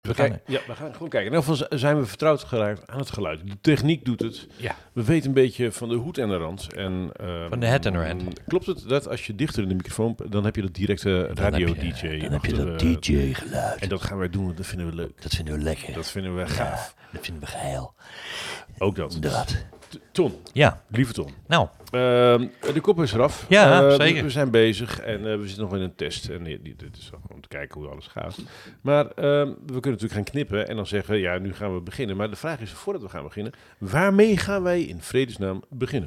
We gaan gewoon kijken. In ieder geval zijn we vertrouwd geraakt aan het geluid. De techniek doet het. Ja. We weten een beetje van de hoed en de rand. En, Van de het en de rand. Klopt het dat als je dichter in de microfoon... dan heb je dat directe radio-dj. Dan heb je dat DJ-geluid. En dat gaan wij doen, dat vinden we leuk. Dat vinden we lekker. Dat vinden we gaaf. Dat vinden we geil. Ook dat. Inderdaad. Ton, Ja. lieve Ton. Nou. De kop is eraf. Ja, zeker. We zijn bezig en we zitten nog in een test. En dit is gewoon om te kijken hoe alles gaat. Maar we kunnen natuurlijk gaan knippen en dan zeggen... ja, nu gaan we beginnen. Maar de vraag is, voordat we gaan beginnen... waarmee gaan wij in vredesnaam beginnen?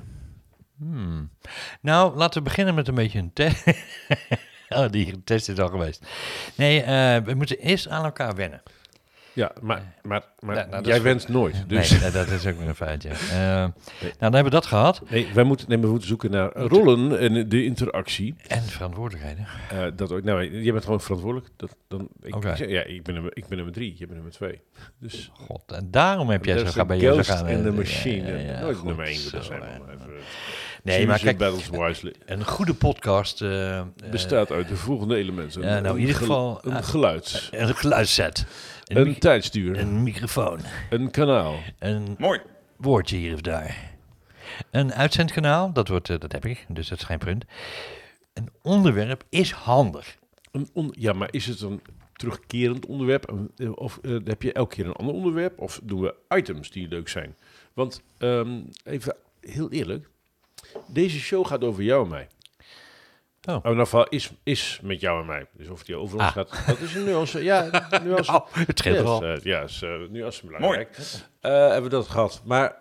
Nou, laten we beginnen met een beetje een test. Die test is al geweest. Nee, we moeten eerst aan elkaar wennen. Ja, maar dat jij is wenst nooit. Dus. Nee, dat is ook weer een feit, ja. Nou, dan hebben we dat gehad. Nee, we moeten zoeken naar rollen en de interactie. En verantwoordelijkheden. Dat ook. Nou, jij bent gewoon verantwoordelijk. Okay. Ik ben nummer 3, jij bent nummer 2. Dus. God, en daarom heb jij zo gaan bij je gaan. En de machine. Ja, nooit goed, nummer 1 zo, willen zijn. Nee, maar kijk, wisely. een goede podcast... bestaat uit de volgende elementen. In ieder geval... Een geluid. Een geluidsset. Een tijdstuur. Een microfoon. Een kanaal. Een mooi woordje hier of daar. Een uitzendkanaal, dat heb ik, dus dat is geen punt. Een onderwerp is handig. Maar is het een terugkerend onderwerp? Of heb je elke keer een ander onderwerp? Of doen we items die leuk zijn? Want even heel eerlijk, deze show gaat over jou en mij. Oh. In ieder geval is met jou en mij. Dus of die over ons gaat, dat is een nuance. Ja, nuance. Nou, het scheelt er al. Is nuance belangrijk. Hebben we dat gehad. Maar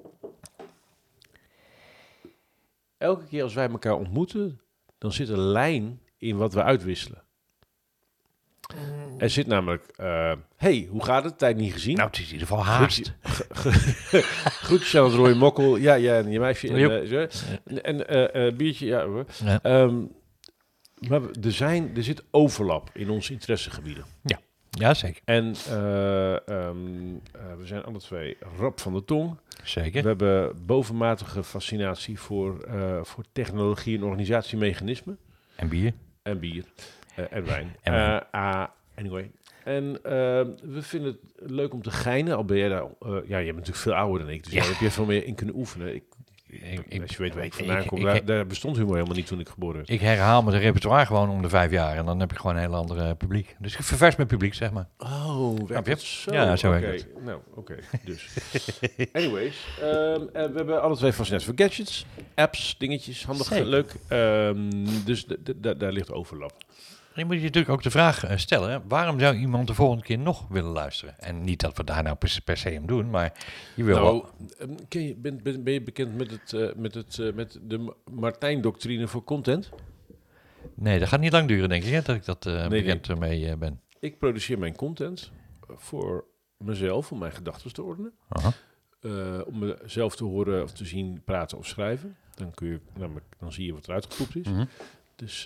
elke keer als wij elkaar ontmoeten, dan zit een lijn in wat we uitwisselen. Er zit namelijk, hey, hoe gaat het? Tijd niet gezien. Nou, het is in ieder geval haast. Groetjes aan het rode mokkel. Ja, en je meisje. En biertje, ja hoor. Ja. Maar er zit overlap in onze interessegebieden. Ja, zeker. En we zijn alle twee rap van de tong. Zeker. We hebben bovenmatige fascinatie voor technologie en organisatiemechanismen. En bier. En bier. En wijn. Anyway. En we vinden het leuk om te geinen. Al ben jij daar... jij bent natuurlijk veel ouder dan ik. Dus daar heb je veel meer in kunnen oefenen. Als je weet waar ik vandaan kom. Daar bestond humor helemaal niet toen ik geboren werd. Ik herhaal mijn repertoire gewoon om de 5 jaar. En dan heb ik gewoon een heel ander publiek. Dus ik ververs mijn publiek, zeg maar. Oh, werkt het zo? Ja, zo werkt het. Nou, oké. Dus. Anyways. We hebben alle twee fascinatie voor gadgets, apps, dingetjes. Handig, zeker. Leuk. Dus daar ligt overlap. Je moet je natuurlijk ook de vraag stellen, hè? Waarom zou iemand de volgende keer nog willen luisteren? En niet dat we daar nou per se om doen, maar je wil wel... Ben je bekend met de Martijn-doctrine voor content? Nee, dat gaat niet lang duren, denk ik, hè, dat ik dat bekend mee ben. Ik produceer mijn content voor mezelf, om mijn gedachten te ordenen. Om mezelf te horen of te zien, praten of schrijven. Dan zie je wat er uitgepoept is. Mm-hmm. Dus...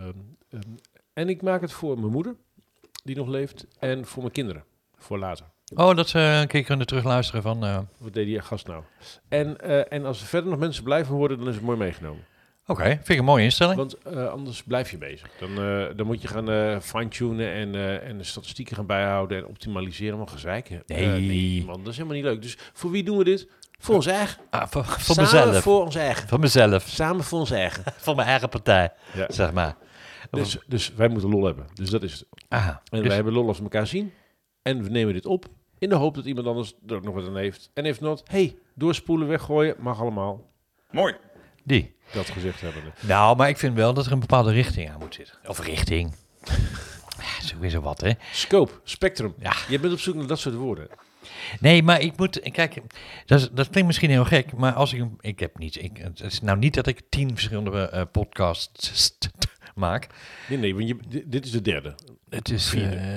en ik maak het voor mijn moeder, die nog leeft, en voor mijn kinderen, voor later. Oh, dat ze een keer kunnen terugluisteren van... Wat deed die gast nou? En als er verder nog mensen blijven worden, dan is het mooi meegenomen. Oké, vind ik een mooie instelling. Want anders blijf je bezig. Dan moet je gaan fine-tunen en de statistieken gaan bijhouden en optimaliseren. Maar gezeiken. Nee, man, dat is helemaal niet leuk. Dus voor wie doen we dit? Voor ons eigen. Voor mezelf. Voor ons eigen. Voor mezelf. Samen voor ons eigen. Voor mijn eigen partij, zeg maar. Dus wij moeten lol hebben. Dus dat is het. Aha, en wij hebben lol als we elkaar zien. En we nemen dit op in de hoop dat iemand anders er ook nog wat aan heeft. En heeft not, doorspoelen, weggooien, mag allemaal. Mooi. Die. Dat gezegd hebben. Nou, maar ik vind wel dat er een bepaalde richting aan moet zitten. Of richting. Dat is ook weer zo wat, hè. Scope, spectrum. Ja. Je bent op zoek naar dat soort woorden. Nee, maar ik moet... Kijk, dat klinkt misschien heel gek, maar als ik heb niet... Het is nou niet dat ik 10 verschillende podcasts maak. Nee, want dit is de derde. Het is...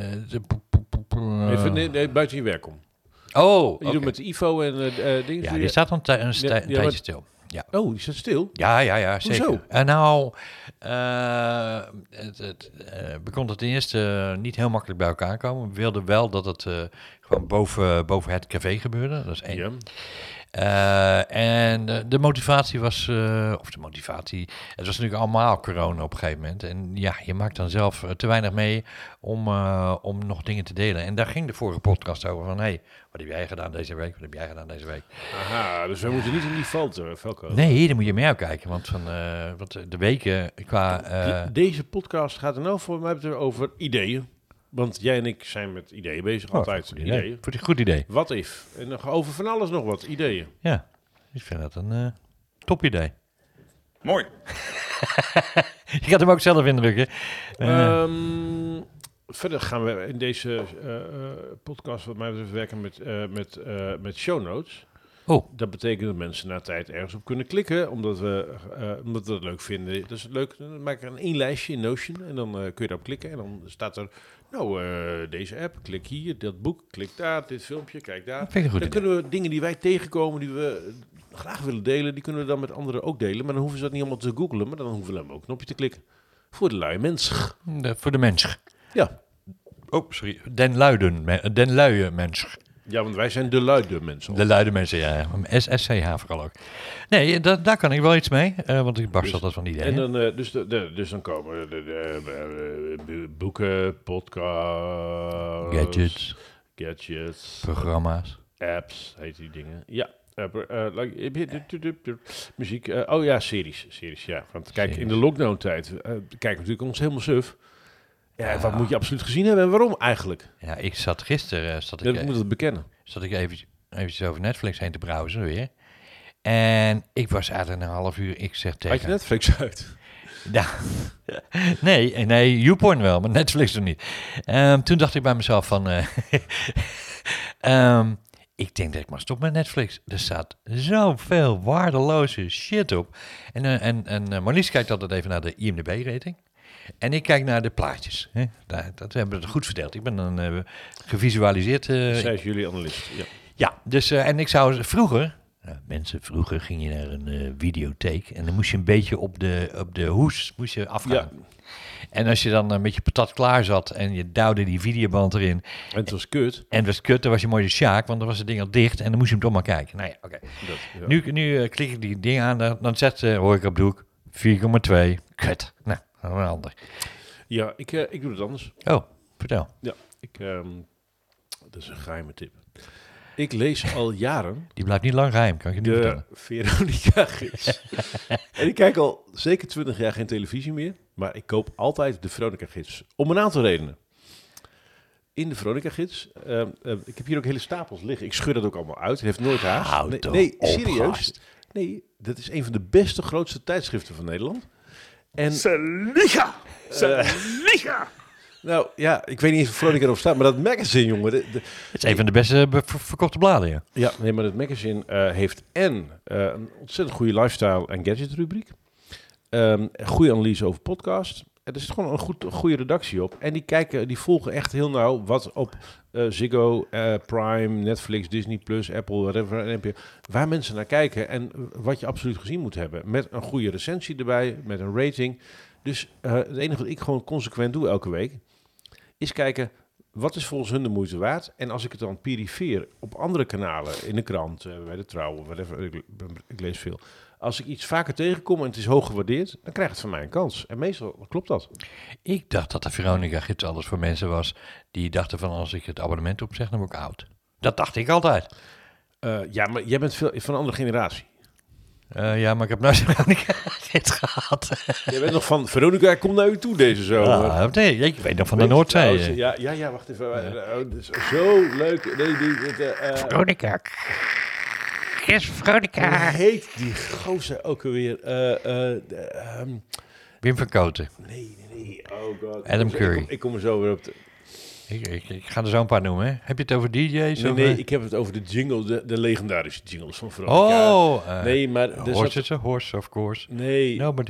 Even buiten je werk om. Oh, je doet met de IFO en dingen. Ja, die staat al een tijdje stil. Ja. Oh, die staat stil? Ja, zeker. Hoezo? Nou, we konden ten eerste niet heel makkelijk bij elkaar komen. We wilden wel dat het gewoon boven het café gebeurde. Dat is 1. En de motivatie was, het was natuurlijk allemaal corona op een gegeven moment. En ja, je maakt dan zelf te weinig mee om nog dingen te delen. En daar ging de vorige podcast over van, hey, wat heb jij gedaan deze week? Wat heb jij gedaan deze week? Aha, dus we moeten niet in die valkuil. Nee, dan moet je mee uitkijken, want de weken qua... Deze podcast gaat er nou voor mij betreft over ideeën. Want jij en ik zijn met ideeën bezig, altijd ideeën. Goed idee. Wat if? En nog over van alles nog wat, ideeën. Ja, ik vind dat een top idee. Mooi. Je gaat hem ook zelf indrukken. Verder gaan we in deze podcast wat mij betreft werken met show notes. Oh. Dat betekent dat mensen na tijd ergens op kunnen klikken, omdat we het leuk vinden. Dat is leuk. Dan maak ik één lijstje in Notion en dan kun je daarop klikken. En dan staat er, deze app, klik hier, dat boek, klik daar, dit filmpje, kijk daar. Dat vind ik een goed Dan idee. kunnen we dingen die wij tegenkomen, die we graag willen delen, die kunnen we dan met anderen ook delen. Maar dan hoeven ze dat niet allemaal te googlen, maar dan hoeven we alleen maar op een knopje te klikken. Voor de lui mens. Voor de mens. Ja. Oh, sorry. Den luie mens. Ja, want wij zijn de luide mensen. De luide mensen, ja. SSCH vooral ook. Nee, daar kan ik wel iets mee. Want ik barst altijd van die ideeën. En dan, dus dan komen de boeken, podcasts, gadgets, Programma's. apps, heet die dingen. Ja. Muziek. Series. Ja. Want kijk, in de lockdown-tijd kijken we natuurlijk ons helemaal suf. Ja, wat moet je absoluut gezien hebben en waarom eigenlijk? Ja, ik zat gisteren... Ik moet het bekennen. Zat ik eventjes over Netflix heen te browsen weer. En ik was eigenlijk een half uur... Ik zeg tegen... Had je Netflix uit? Ja. Nee, YouPorn wel, maar Netflix nog niet. Toen dacht ik bij mezelf van... ik denk dat ik maar stop met Netflix. Er staat zoveel waardeloze shit op. En Marlies kijkt altijd even naar de IMDb-rating. En ik kijk naar de plaatjes. Hè. Dat hebben we goed verdeeld. Ik ben dan gevisualiseerd. Zij is jullie analist. Ja. Ja, dus en ik zou vroeger... vroeger ging je naar een videotheek en dan moest je een beetje op de hoes moest je afgaan. Ja. En als je dan een beetje patat klaar zat en je duwde die videoband erin. En het was kut. En het was kut, dan was je mooi de sjaak, want dan was het ding al dicht en dan moest je hem toch maar kijken. Nou ja, oké. Ja. Nu klik ik die ding aan, dan hoor ik op de hoek 4,2. Kut. Nou, dat is een ander. Ja, ik doe het anders. Oh, vertel. Ja, dat is een geheime tip. Ik lees al jaren... Die blijft niet lang geheim, kan ik je niet vertellen. Veronica-gids. En ik kijk al zeker 20 jaar geen televisie meer. Maar ik koop altijd de Veronica-gids. Om een aantal redenen. In de Veronica-gids... ik heb hier ook hele stapels liggen. Ik scheur dat ook allemaal uit. Het heeft nooit haast. Nee, serieus. Nee, dat is een van de beste, grootste tijdschriften van Nederland. En... Seliga! Nou ja, ik weet niet eens of Veronica erop staat, maar dat magazine, jongen... Het is een van de beste verkochte bladen, ja. Ja, nee, maar dat magazine heeft een ontzettend goede lifestyle- en gadget-rubriek. Een goede analyse over podcast. Er zit gewoon een goede redactie op. En die volgen echt heel nauw wat op Ziggo, Prime, Netflix, Disney+, Apple, whatever, NPO, waar mensen naar kijken en wat je absoluut gezien moet hebben. Met een goede recensie erbij, met een rating. Dus het enige wat ik gewoon consequent doe elke week, is kijken, wat is volgens hun de moeite waard? En als ik het dan perifeer op andere kanalen, in de krant, bij de Trouw, whatever, ik lees veel. Als ik iets vaker tegenkom en het is hoog gewaardeerd, dan krijgt het van mij een kans. En meestal klopt dat. Ik dacht dat de Veronica-gids alles voor mensen was die dachten van als ik het abonnement opzeg, dan word ik oud. Dat dacht ik altijd. Ja, maar jij bent van een andere generatie. Ja, maar ik heb nooit Veronica-gids gehad. Jij bent nog van Veronica, kom naar u toe deze zomer. Nee, ik weet nog van de Noordzee. Ja, wacht even. Zo leuk. Veronica. Veronica. Hoe heet die gozer ook alweer? Wim van Koten. Nee. Oh god. Adam Curry. Ik kom er zo weer op. Ik ga er zo een paar nomen. Hè. Heb je het over DJ's? Nee, ik heb het over de jingle, de legendarische jingles van Veronica. Oh! Nee, maar... Horse is a horse, of course. Nee. Nobody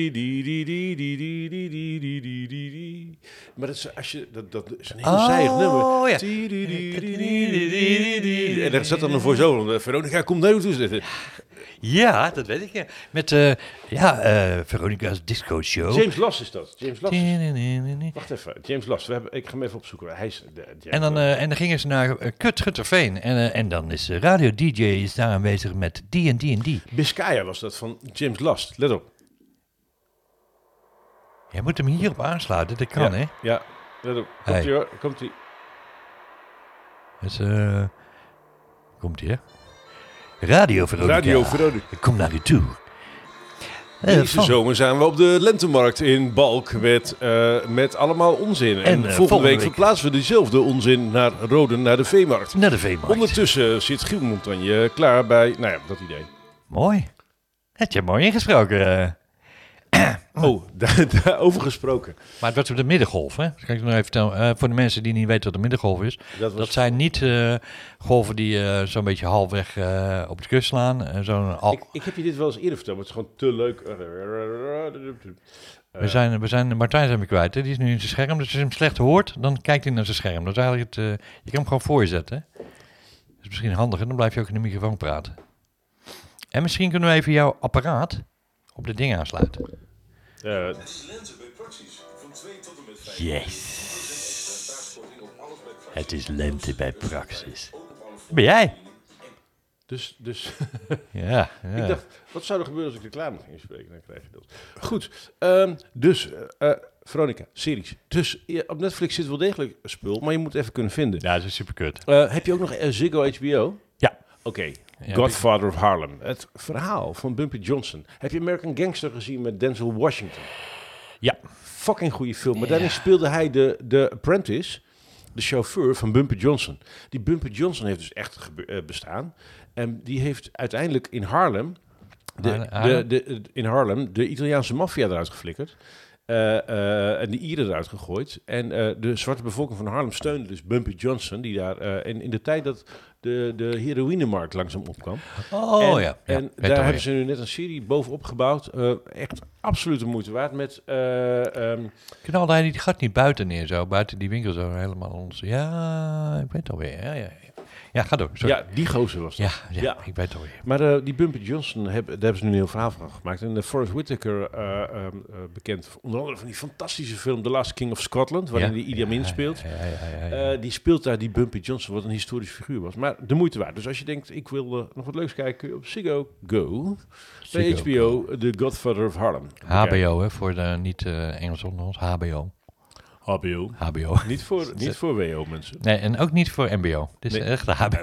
Maar dat is, als je, dat is een heel saai nummer. Ja. En daar zat dan een voice-over. Veronica, kom naar toe zitten. Ja, dat weet ik. Ja. Met Veronica's Disco Show. James Last is dat. James Last. Wacht even. James Last. Ik ga hem even opzoeken. Hij is en dan gingen ze naar Schutterveen. En dan is de radio-dj is daar aanwezig met die en die en die. Biscaya was dat van James Last. Let op. Jij moet hem hierop aansluiten. Dat kan, hè? Ja. Let op. Komt-ie hoor. Komt-ie. Dus, komt-ie, hè? Radio Veronica. Ik kom naar u toe. Deze zomer zijn we op de Lentemarkt in Balk met allemaal onzin. En volgende week verplaatsen we diezelfde onzin naar Roden, naar de Veemarkt. Ondertussen zit Giel Montagne klaar bij, dat idee. Mooi. Heb je mooi ingesproken. Daarover gesproken. Maar het was op de middengolf, hè? Dat kan ik nog even vertellen. Voor de mensen die niet weten wat de middengolf is. Dat zijn niet golven die zo'n beetje halfweg op de kust slaan. Ik heb je dit wel eens eerder verteld, maar het is gewoon te leuk. Martijn zijn we kwijt. Hè? Die is nu in zijn scherm. Dus als je hem slecht hoort, dan kijkt hij naar zijn scherm. Dat is eigenlijk je kan hem gewoon voor je zetten. Hè? Dat is misschien handiger, dan blijf je ook in de microfoon praten. En misschien kunnen we even jouw apparaat op de ding aansluiten. Het is lente bij Praxis. Van 2 tot en met 5. Yes. Het is lente bij Praxis. Ben jij? Dus ja. Ik dacht, wat zou er gebeuren als ik reclame ging spreken? Dan krijg je dat. Goed. Veronica, series. Dus op Netflix zit wel degelijk spul, maar je moet het even kunnen vinden. Ja, dat is super kut. Heb je ook nog Ziggo HBO? Ja. Oké. Godfather of Harlem. Het verhaal van Bumpy Johnson. Heb je American Gangster gezien met Denzel Washington? Ja. Fucking goede film. Maar daarin speelde hij de apprentice, de chauffeur van Bumpy Johnson. Die Bumpy Johnson heeft dus echt bestaan. En die heeft uiteindelijk in Harlem de Italiaanse maffia eruit geflikkerd. En de Ieren eruit gegooid. En de zwarte bevolking van Harlem steunde dus Bumpy Johnson, die daar in de tijd dat de heroïnemarkt langzaam opkwam. En daar hebben ze nu net een serie bovenop gebouwd. Echt absoluut de moeite waard. Met knalde hij die gat niet buiten neer, zo buiten die winkel zo helemaal ons. Ja, ik weet het alweer. Ja, ga door. Sorry. Ja, die gozer was dat. Ja, ik weet het alweer. Maar die Bumpy Johnson, daar hebben ze nu een heel verhaal van gemaakt. En Forest Whitaker, bekend onder andere van die fantastische film The Last King of Scotland, waarin die Idi Amin speelt. Die speelt daar die Bumpy Johnson, wat een historisch figuur was. Maar de moeite waard. Dus als je denkt, ik wil nog wat leuks kijken, kun je op Ziggo Go, bij HBO, The Godfather of Harlem. HBO, hè, voor de niet-Engels onder ons. HBO. Niet voor WO, mensen. Nee, en ook niet voor MBO. Dit is echt de HBO.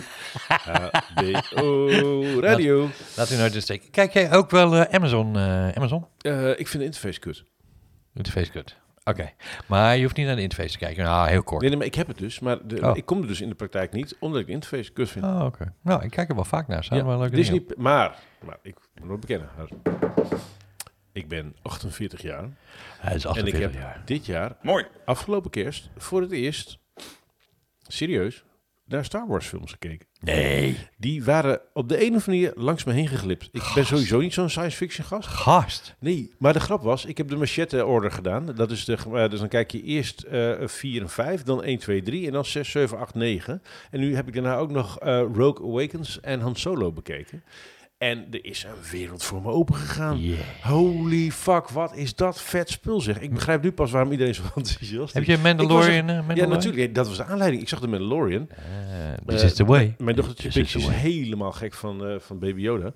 HBO Radio. Laat u nooit steken. Kijk jij ook wel Amazon? Ik vind de interface kut. Interface kut. Oké. Maar je hoeft niet naar de interface te kijken. Nou, heel kort. Nee, maar ik heb het dus. Maar ik kom er dus in de praktijk niet, omdat ik de interface kut vind. Oh, oké. Nou, ik kijk er wel vaak naar. Wel leuke Disney, maar ik moet nog bekennen. Ik ben 48 jaar. Hij is 48 en ik heb dit jaar, afgelopen kerst, voor het eerst, serieus, naar Star Wars films gekeken. Nee. Die waren op de een of andere manier langs me heen geglipt. Ik ben sowieso niet zo'n science fiction gast. Nee, maar de grap was, ik heb de machette order gedaan. Dat is dus dan kijk je eerst 4 en 5, dan 1, 2, 3 en dan 6, 7, 8, 9. En nu heb ik daarna ook nog Rogue Awakens en Han Solo bekeken. En er is een wereld voor me open gegaan. Yeah. Holy fuck, wat is dat vet spul zeg. Ik begrijp nu pas waarom iedereen zo enthousiast is. Heb je Mandalorian? Ja, natuurlijk. Dat was de aanleiding. Ik zag de Mandalorian. This is the way. Mijn dochtertje is helemaal gek van Baby Yoda.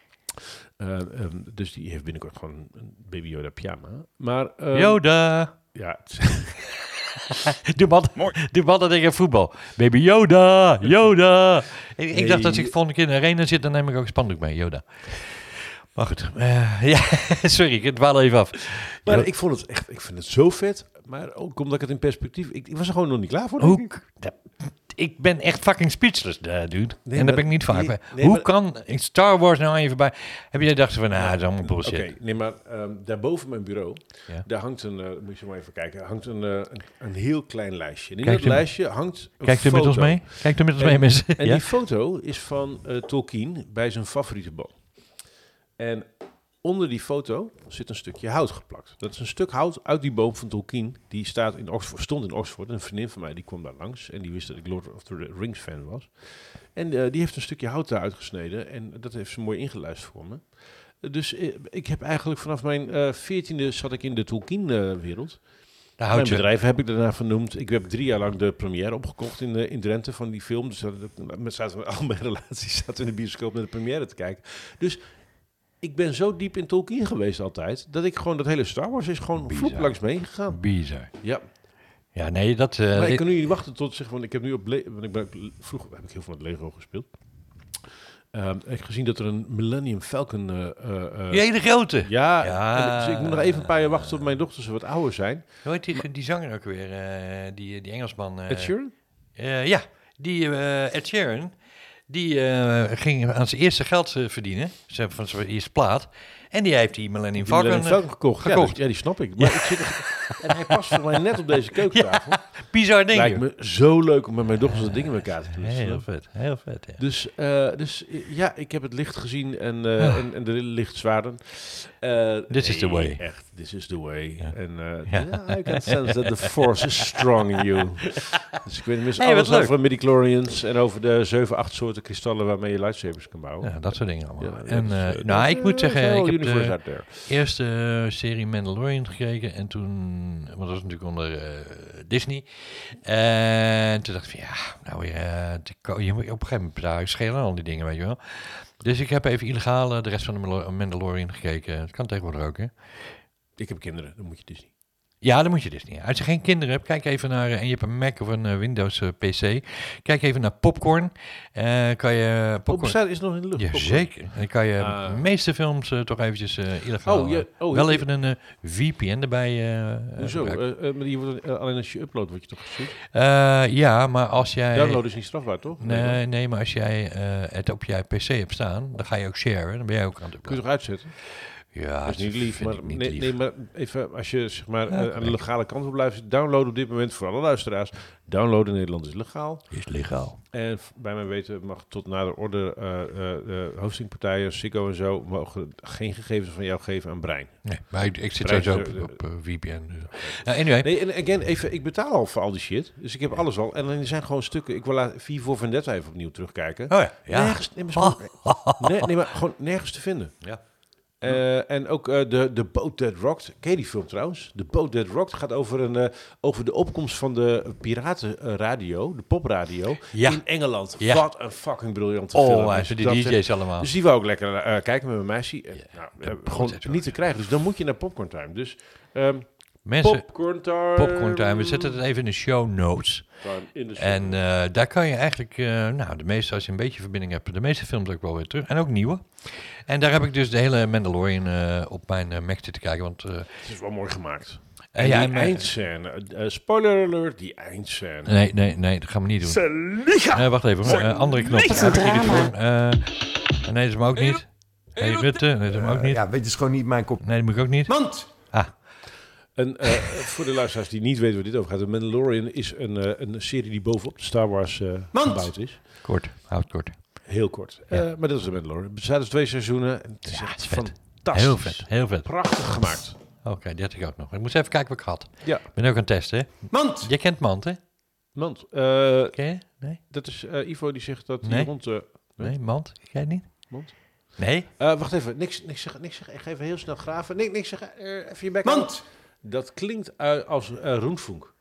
Dus die heeft binnenkort gewoon een Baby Yoda pyjama. Maar, Yoda! Ja, Doe man dat ik voetbal. Baby Yoda! Ik dacht dat ik volgende keer in de arena zit, dan neem ik ook een spandoek mee, Yoda. Maar goed. Sorry, ik dwaal even af. Maar ik vind het zo vet. Maar ook omdat ik het in perspectief... Ik was er gewoon nog niet klaar voor. Ik ben echt fucking speechless, dude. Nee, en dat ben ik niet vaak. Hoe kan Star Wars nou even bij... Heb jij gedacht van, dat is allemaal bullshit. Oké, nee, maar daarboven mijn bureau, daar hangt een... moet je maar even kijken. Hangt een heel klein lijstje. En in dat lijstje hangt een Kijk er met ons mee? Kijk er met ons mee, mensen. En die foto is van Tolkien bij zijn favoriete boom. En onder die foto zit een stukje hout geplakt. Dat is een stuk hout uit die boom van Tolkien. Die stond in Oxford. Een vriendin van mij die kwam daar langs. En die wist dat ik Lord of the Rings fan was. En die heeft een stukje hout daar uitgesneden. En dat heeft ze mooi ingeluisterd voor me. Dus ik heb eigenlijk vanaf mijn 14e zat ik in de Tolkien-wereld. Mijn bedrijf heb ik daarna vernoemd. Ik heb 3 jaar lang de première opgekocht in Drenthe van die film. Dus al mijn relaties zaten in de bioscoop naar de première te kijken. Dus ik ben zo diep in Tolkien geweest altijd, dat ik gewoon dat hele Star Wars is gewoon vloep langs me heen gegaan. Bizar. Ja. Ja, nee, dat... maar ik kan nu niet wachten tot, zeg, want ik heb nu vroeger heb ik heel veel met Lego gespeeld. Ik heb gezien dat er een Millennium Falcon... die hele grote. Ja. Dus ik moet nog even een paar jaar wachten tot mijn dochters wat ouder zijn. Hoe heet die zanger ook weer? Die Engelsman. Ed Sheeran? Ja, die Ed Sheeran. Die ging aan zijn eerste geld verdienen. Van zijn eerste plaat. En die heeft die Millennium Falcon gekocht. Ja, die snap ik. Maar ik zit en hij past voor mij net op deze keukentafel. Ja, bizar ding. Lijkt me zo leuk om met mijn dochters dat ding in elkaar te doen. Heel vet, heel vet. Ja. Dus ja, ik heb het licht gezien en de lichtzwaarden. This is the way. Echt, this is the way. Ja. En I can sense that the force is strong in you. Dus ik weet inmiddels alles over midichlorians en over de 7-8 soorten kristallen waarmee je lightsabers kan bouwen. Ja, dat soort dingen allemaal. Ja, ik moet zeggen, ik heb de eerste serie Mandalorian gekeken en toen, want dat was natuurlijk onder Disney. En toen dacht ik van je moet op een gegeven moment daar schelen al die dingen, weet je wel. Dus ik heb even illegaal de rest van de Mandalorian gekeken. Dat kan tegenwoordig ook, hè. Ik heb kinderen, dan moet je Disney. Ja, dan moet je Disney. Als je geen kinderen hebt, kijk even naar... en je hebt een Mac of een Windows PC. Kijk even naar Popcorn. Kan je... Popcorn is nog in de lucht. Ja, zeker. Dan kan je de meeste films toch eventjes illegaal... wel even een VPN erbij hoezo? Maar die wordt alleen als je uploadt, word je toch gezocht? Ja, maar als jij... Download is niet strafbaar, toch? Nee, maar als jij het op je PC hebt staan, dan ga je ook sharen. Dan ben jij ook aan het uploaden. Kun je toch uitzetten? Ja, dat is niet lief, maar nee, maar even als je zeg maar aan de legale kant op blijft, downloaden op dit moment voor alle luisteraars. Downloaden in Nederland is legaal. Is legaal. En bij mijn weten mag tot na de orde hostingpartijen, Ziggo en zo, mogen geen gegevens van jou geven aan Brein. Nee, maar ik zit sowieso op VPN. Dus. Anyway. Nee, en again, even, ik betaal al voor al die shit, dus ik heb alles al. En er zijn gewoon stukken, ik wil laten V voor Vendetta even opnieuw terugkijken. Oh ja. Nergens, maar gewoon nergens te vinden. Ja. En ook de Boat That Rocked. Ken je die film trouwens? De Boat That Rocked gaat over de opkomst van de piratenradio, de popradio, in Engeland. Ja. Wat een fucking briljante film. Oh, die DJ's allemaal. Dus die wou ik lekker kijken met mijn meisje. Gewoon niet te krijgen. Dus dan moet je naar Popcorn Time. Dus mensen, Popcorn Time. Popcorn Time. We zetten het even in de show notes. En daar kan je eigenlijk, de meeste, als je een beetje verbinding hebt, de meeste films ook wel weer terug. En ook nieuwe. En daar heb ik dus de hele Mandalorian op mijn Mac zitten kijken. Want, het is wel mooi gemaakt. En die eindscène. Spoiler alert, die eindscène. Nee, dat gaan we niet doen. Wacht even, andere knop. Nee, dat is hem ook niet. Hey Rutte, nee, dat is hem ook niet. Ja, weet je, is gewoon niet mijn kop. Nee, dat moet ik ook niet. Want... En voor de luisteraars die niet weten waar dit over gaat, de Mandalorian is een serie die bovenop de Star Wars gebouwd is. Kort, houd kort. Heel kort. Maar dat is de Mandalorian. Het bestaat dus 2 seizoenen. En het is echt fantastisch. Heel vet. Prachtig gemaakt. Oké, die had ik ook nog. Ik moest even kijken wat ik had. Ja. Ik ben ook aan het testen, hè? Mand! Je kent Mand, hè? Mand. Ken je? Nee? Dat is Ivo die zegt dat die hond... nee, Mand. Ken je het niet? Mand? Nee? Wacht even. Niks zeggen. Ik ga even heel snel graven. Niks zeggen. Even je bek. Mand! Dat klinkt als Roenfunk.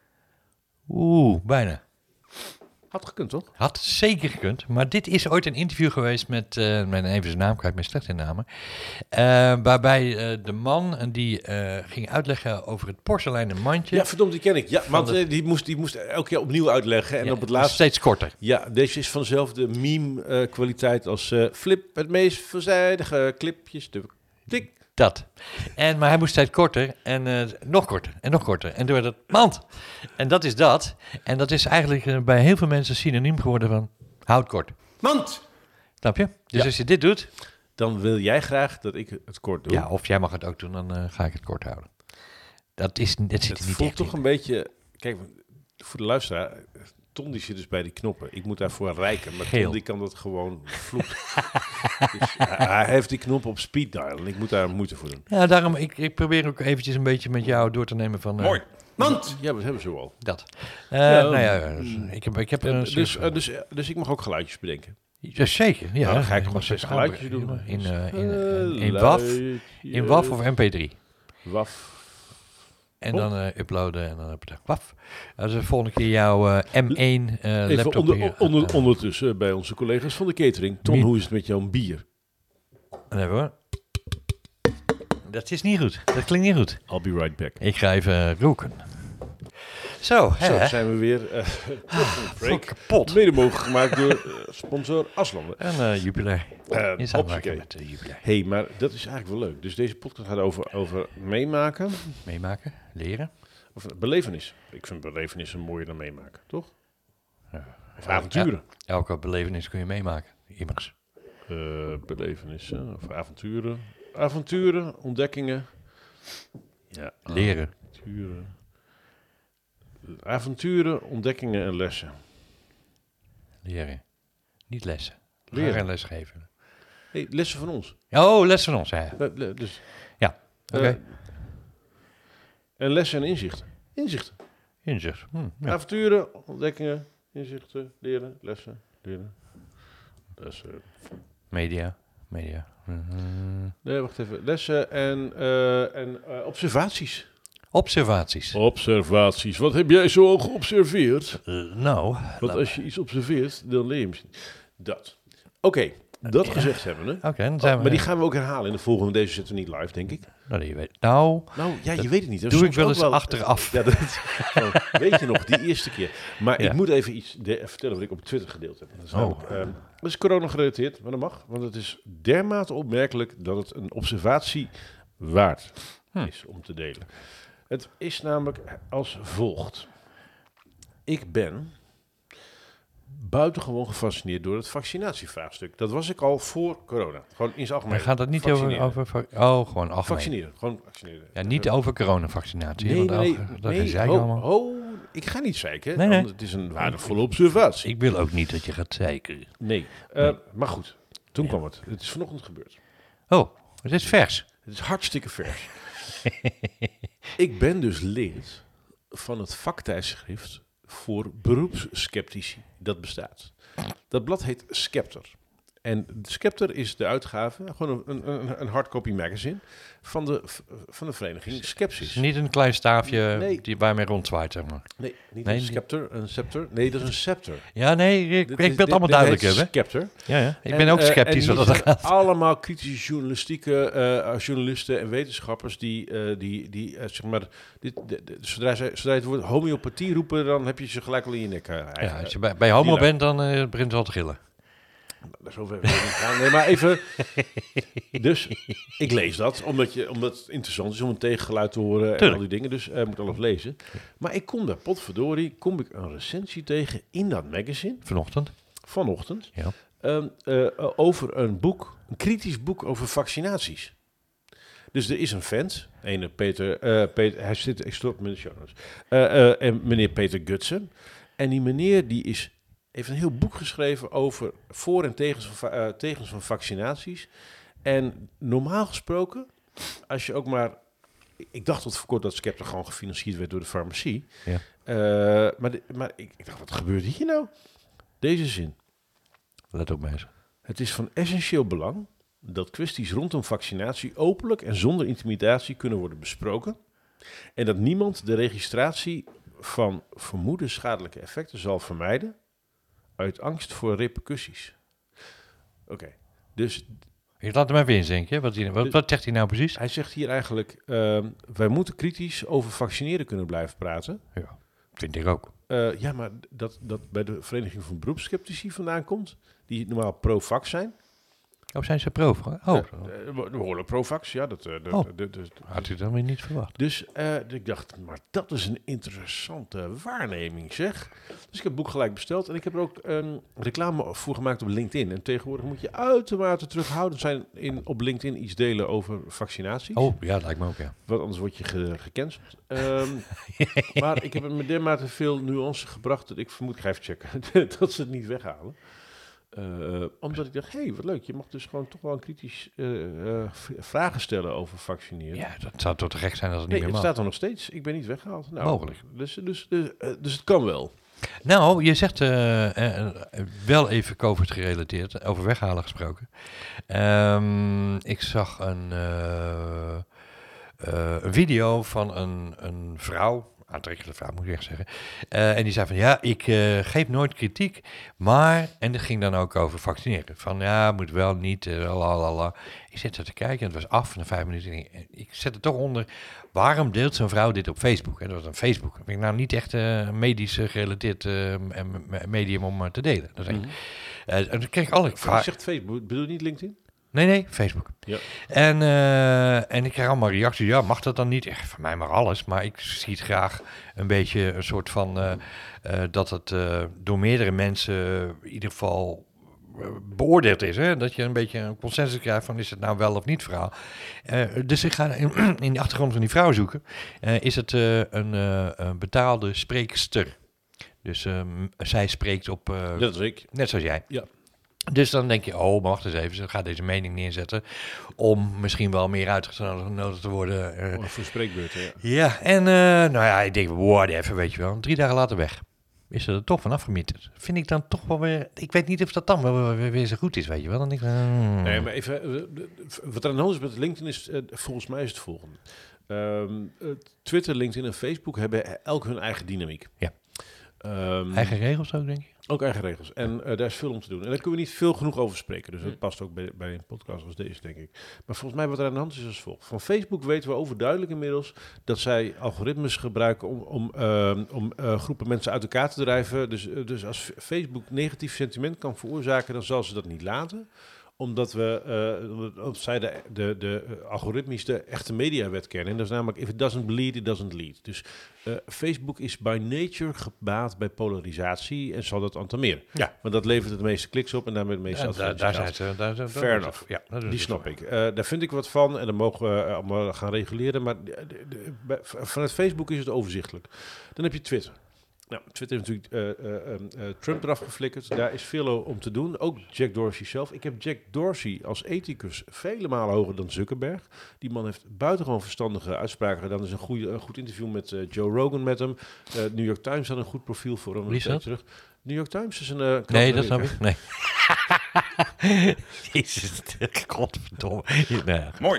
Bijna. Had gekund, toch? Had zeker gekund. Maar dit is ooit een interview geweest met... even zijn naam kwijt, met slechte namen. Waarbij de man die ging uitleggen over het porseleinen mandje. Ja, verdomd, die ken ik. Ja, want die moest elke keer opnieuw uitleggen. En op het laatste... Steeds korter. Ja, deze is van dezelfde meme kwaliteit als Flip. Het meest veelzijdige clipjes. Tik. Dat. Maar hij moest steeds korter en nog korter en nog korter. En door dat Mand. En dat is dat. En dat is eigenlijk bij heel veel mensen synoniem geworden van houd kort. Mand! Snap je? Dus als je dit doet... Dan wil jij graag dat ik het kort doe. Ja, of jij mag het ook doen, dan ga ik het kort houden. Dat zit er niet voelt echt toch in. een beetje... Kijk, voor de luisteraar... Ton die zit dus bij die knoppen. Ik moet daarvoor rijken, maar Geel. Ton die kan dat gewoon vloek. Dus hij heeft die knop op speed dial en ik moet daar moeite voor doen. Ja, daarom, ik probeer ook eventjes een beetje met jou door te nemen van... Mooi. Want? Ja, wat hebben ze al. Dat. Ja, Nou ja, ik heb er een Dus ik mag ook geluidjes bedenken. Ja, zeker, ja. Nou, dan ga ik Je gewoon mag 6 zeggen, geluidjes doen. In WAV of MP3. WAF. En dan uploaden en dan heb je WAV. Als de volgende keer jouw M1 Even laptop hier gaat, ondertussen bij onze collega's van de catering. Ton, hoe is het met jouw bier? dan hebben we... Dat is niet goed. Dat klinkt niet goed. I'll be right back. Ik ga even roken. Zo, Zo zijn we weer. Break. Kapot. Mede mogelijk gemaakt door sponsor Aslander. En Jubilair. In Hopsakee. samenwerking met Jubilair. Hey, maar dat is eigenlijk wel leuk. Dus deze podcast gaat over meemaken. Meemaken, leren. Of belevenis. Ik vind belevenissen mooier dan meemaken, toch? Ja. Of avonturen. Elke belevenis kun je meemaken. Immers. Belevenissen of avonturen. Avonturen, ontdekkingen. Ja, Leren. avonturen, ontdekkingen en lessen. Leren. Niet lessen. Leren. Leren en les geven. Hey, lessen van ons. Oh, les van ons, ja. Dus, Ja, oké. En lessen en inzichten. Inzichten. Inzicht. Ja. Avonturen, ontdekkingen, inzichten, leren, lessen, leren. Lessen. Media. Nee, wacht even. Lessen en observaties. Observaties. Observaties. Wat heb jij zo al geobserveerd? Nou. Want als je iets observeert, dan leer je misschien. Dat. Oké, dat gezegd hebben we. Oké, dan zijn we... Maar die gaan we ook herhalen in de volgende. Deze zetten we niet live, denk ik. Nou, je weet. Nou, Nou, ja, je weet het niet. Dat is doe ik soms wel ook eens achteraf. Ja, weet je nog, die eerste keer. Maar Ja. ik moet even iets vertellen wat ik op Twitter gedeeld heb. Dat is, Oh. dat is corona gerelateerd, maar dat mag. Want het is dermate opmerkelijk dat het een observatie waard is om te delen. Het is namelijk als volgt. Ik ben buitengewoon gefascineerd door het vaccinatievraagstuk. Dat was ik al voor corona. Gewoon in zijn algemeen. Maar gaat het niet Vaccineren. over gewoon algemeen. Vaccineren. Gewoon vaccineren. Ja, niet over coronavaccinatie. Nee, want nee, dat nee. zei ik allemaal. Ik ga niet zeiken. Nee, nee. Want het is een waardevolle observatie. Ik wil ook niet dat je gaat zeiken. Nee. Maar goed, toen kwam het. Het is vanochtend gebeurd. Oh, het is vers. Het is hartstikke vers. Ik ben dus lid van het vaktijdschrift voor beroepsskeptici. Dat bestaat. Dat blad heet Skepter. En Skepter is de uitgave, gewoon een hardcopy magazine van de vereniging Skepsis. Niet een klein staafje Nee. waarmee rondzwaait, zeg maar. Nee, niet Nee, een scepter, een scepter. Nee, dat is een scepter. Ja, nee, ik wil het allemaal duidelijk hebben. Skepter. Ja. Ik ben ook sceptisch wat dat gaat. Allemaal kritische journalisten en wetenschappers die zeg maar, zodra je het woord homeopathie roepen, dan heb je ze gelijk al in je nek. Ja, als je bij homo bent, dan begint het al te gillen. Zover wil ik niet gaan. Nee, maar even. Dus ik lees dat, omdat het interessant is om een tegengeluid te horen en Tuurlijk. al die dingen. Dus moet alles lezen. Maar ik kom daar, potverdorie, een recensie tegen in dat magazine vanochtend. Ja. Over een boek, een kritisch boek over vaccinaties. Dus er is een vent, Peter, hij zit, ik stop met de show notes. En meneer Peter Gutsen. En die meneer die heeft een heel boek geschreven over voor- en tegens van vaccinaties. En normaal gesproken, als je ook maar... Ik dacht tot voor kort dat Skepter gewoon gefinancierd werd door de farmacie. Ja. Maar ik dacht, wat gebeurt hier nou? Deze zin. Let op mensen. Het is van essentieel belang dat kwesties rondom vaccinatie openlijk en zonder intimidatie kunnen worden besproken. En dat niemand de registratie van vermoede schadelijke effecten zal vermijden uit angst voor repercussies. Oké, dus Ik laat hem even inzinken. Wat zegt hij nou precies? hij zegt hier eigenlijk, wij moeten kritisch over vaccineren kunnen blijven praten. Ja, vind ik ook. Ja, maar dat bij de Vereniging van Beroepsskeptici vandaan komt, die normaal pro-vax zijn. Oh, zijn ze pro? Behoorlijk pro-vax, ja. Had u dan weer niet verwacht. Dus ik dacht, maar dat is een interessante waarneming, zeg. Dus ik heb het boek gelijk besteld. En ik heb er ook reclame voor gemaakt op LinkedIn. En tegenwoordig moet je uitermate terughoudend zijn op LinkedIn iets delen over vaccinaties. Oh, ja, dat lijkt me ook, ja. Want anders word je gecanceld. Maar ik heb het met dermate veel nuance gebracht dat ik vermoed, ik ga even checken, dat ze het niet weghalen. Omdat ik dacht, wat leuk, je mag dus gewoon toch wel een kritisch vragen stellen over vaccineren. Ja, dat zou toch te gek zijn als het niet meer het mag. staat er nog steeds. Ik ben niet weggehaald. Nou, mogelijk. Dus het kan wel. Nou, je zegt wel even COVID gerelateerd, over weghalen gesproken. Ik zag een video van een vrouw, aantrekkelijke vrouw moet ik echt zeggen. En die zei van, ja, ik geef nooit kritiek, maar... En dat ging dan ook over vaccineren. Van, ja, moet wel niet, lalala. Ik zit er te kijken en het was af na 5 minuten. En ik zet er toch onder, waarom deelt zo'n vrouw dit op Facebook? En dat was een Facebook. Dat vind ik nou niet echt een medisch gerelateerd medium om te delen. En dan kreeg ik alle... Je zegt Facebook, bedoel je niet LinkedIn? Nee, Facebook. Ja. En ik krijg allemaal reacties. Ja, mag dat dan niet? Echt, voor mij mag alles. Maar ik zie het graag een beetje een soort van... dat het door meerdere mensen in ieder geval beoordeeld is. Hè? Dat je een beetje een consensus krijgt van... is het nou wel of niet verhaal? Dus ik ga in de achtergrond van die vrouw zoeken. Is het een betaalde spreekster? Dus zij spreekt op... dat is ik. Net zoals jij. Ja. Dus dan denk je, maar wacht eens even, ze gaat deze mening neerzetten om misschien wel meer uitgenodigd te worden. Voor spreekbeurten, ja. Ja, en ik denk, whatever, weet je wel. 3 dagen later weg. Is er toch vanaf gemieterd. Vind ik dan toch wel weer... Ik weet niet of dat dan wel weer zo goed is, weet je wel. Dan denk ik, Nee, maar even... wat er aan de hand is met LinkedIn is... volgens mij is het volgende. Twitter, LinkedIn en Facebook hebben elk hun eigen dynamiek. Ja. Eigen regels ook, denk je? Ook eigen regels. En daar is veel om te doen. En daar kunnen we niet veel genoeg over spreken. Dus dat past ook bij een podcast als deze, denk ik. Maar volgens mij wat er aan de hand is als volgt. Van Facebook weten we overduidelijk inmiddels... dat zij algoritmes gebruiken om groepen mensen uit elkaar te drijven. Dus als Facebook negatief sentiment kan veroorzaken... dan zal ze dat niet laten. Omdat zij de algoritmisch de echte mediawet kennen. En dat is namelijk, if it doesn't bleed, it doesn't lead. Dus Facebook is by nature gebaat bij polarisatie en zal dat entameren. Ja. Want dat levert het meeste kliks op en daarmee het meeste advertenties. Fair enough. Ja, die snap ik. Daar vind ik wat van en dan mogen we allemaal gaan reguleren. Maar vanuit Facebook is het overzichtelijk. Dan heb je Twitter. Nou, Twitter heeft natuurlijk Trump eraf geflikkerd. Daar is veel om te doen. Ook Jack Dorsey zelf. Ik heb Jack Dorsey als ethicus vele malen hoger dan Zuckerberg. Die man heeft buitengewoon verstandige uitspraken gedaan. Er is een goed interview met Joe Rogan met hem. New York Times had een goed profiel voor hem. Wie is dat? Terug. New York Times is een... nee, dat snap ik. Nee. Jezus, godverdomme. Mooi.